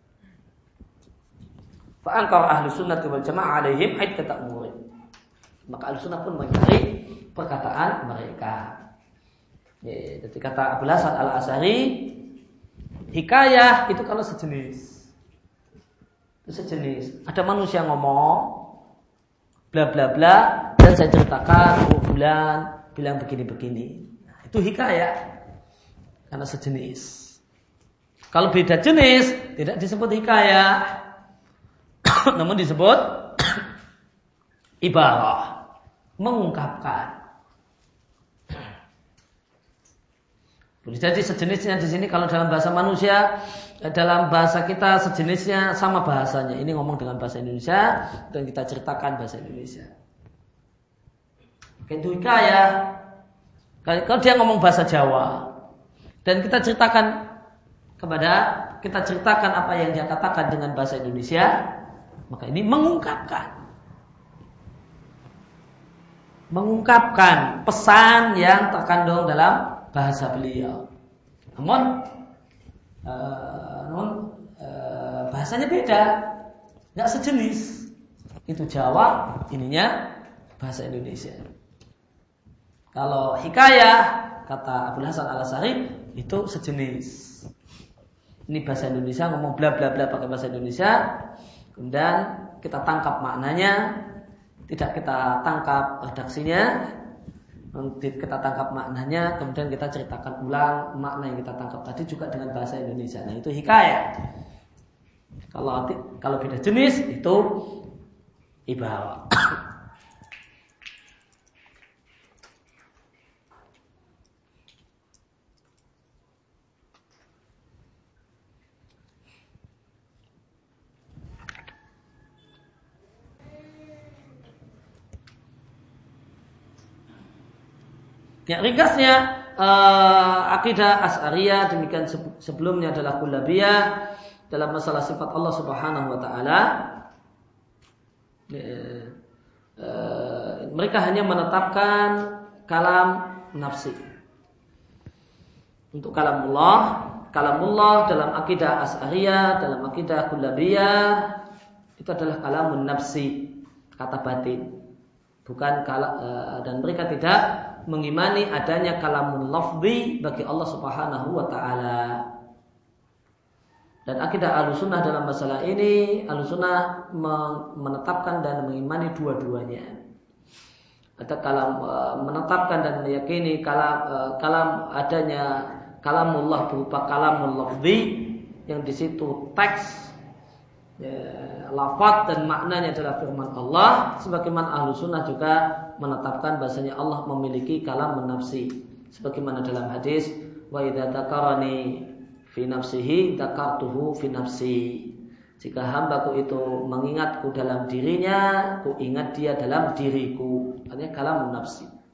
Fa ankara ahlu sunnah wal jamaah alaihim iddat ta'mur. Maka ahlu sunnah pun mengingkari perkataan mereka. Jadi kata Abul Hasan Al-Asari, hikayah itu kalau sejenis. Itu sejenis. Ada manusia ngomong bla bla bla dan saya ceritakan bulan bilang begini-begini. Nah, itu hikayah karena sejenis. Kalau beda jenis tidak disebut hikayah. Namun disebut ibarah, mengungkapkan. Jadi sejenisnya di sini kalau dalam bahasa manusia, dalam bahasa kita sejenisnya sama bahasanya. Ini ngomong dengan bahasa Indonesia dan kita ceritakan bahasa Indonesia. Itu hikayah. Kalau dia ngomong bahasa Jawa dan kita ceritakan apa yang dia katakan dengan bahasa Indonesia, maka ini mengungkapkan pesan yang terkandung dalam bahasa beliau. Namun bahasanya beda, nggak sejenis. Itu Jawa, ininya bahasa Indonesia. Kalau hikayah, kata Abul Hasan Al-Asari, itu sejenis. Ini bahasa Indonesia, ngomong bla bla bla pakai bahasa Indonesia, kemudian kita tangkap maknanya, tidak kita tangkap redaksinya, kita tangkap maknanya, kemudian kita ceritakan ulang makna yang kita tangkap tadi juga dengan bahasa Indonesia. Nah, itu hikayah. Kalau beda jenis itu ibarah. Ya, ringkasnya akidah Asy'ariyah demikian sebelumnya adalah Kullabiyah dalam masalah sifat Allah Subhanahu wa taala. Mereka hanya menetapkan kalam nafsi. Untuk kalamullah dalam akidah Asy'ariyah, dalam akidah Kullabiyah itu adalah kalamun nafsi, kata batin. dan mereka tidak mengimani adanya kalamun lafzi bagi Allah Subhanahu wa taala. Dan akidah Ahlussunnah dalam masalah ini, Ahlussunnah menetapkan dan mengimani dua-duanya. Ada menetapkan dan meyakini kalam adanya kalamullah berupa kalamul lafzi yang di situ teks, lafaz dan maknanya adalah firman Allah. Sebagaimana Ahlussunnah juga menetapkan bahasanya Allah memiliki kalam nafsi. Sebagaimana dalam hadis, wa idza dzakarani fi nafsihi dzakartuhu fi nafsi. Jika hambaku itu mengingatku dalam dirinya, ku ingat dia dalam diriku. Artinya kalam nafsi.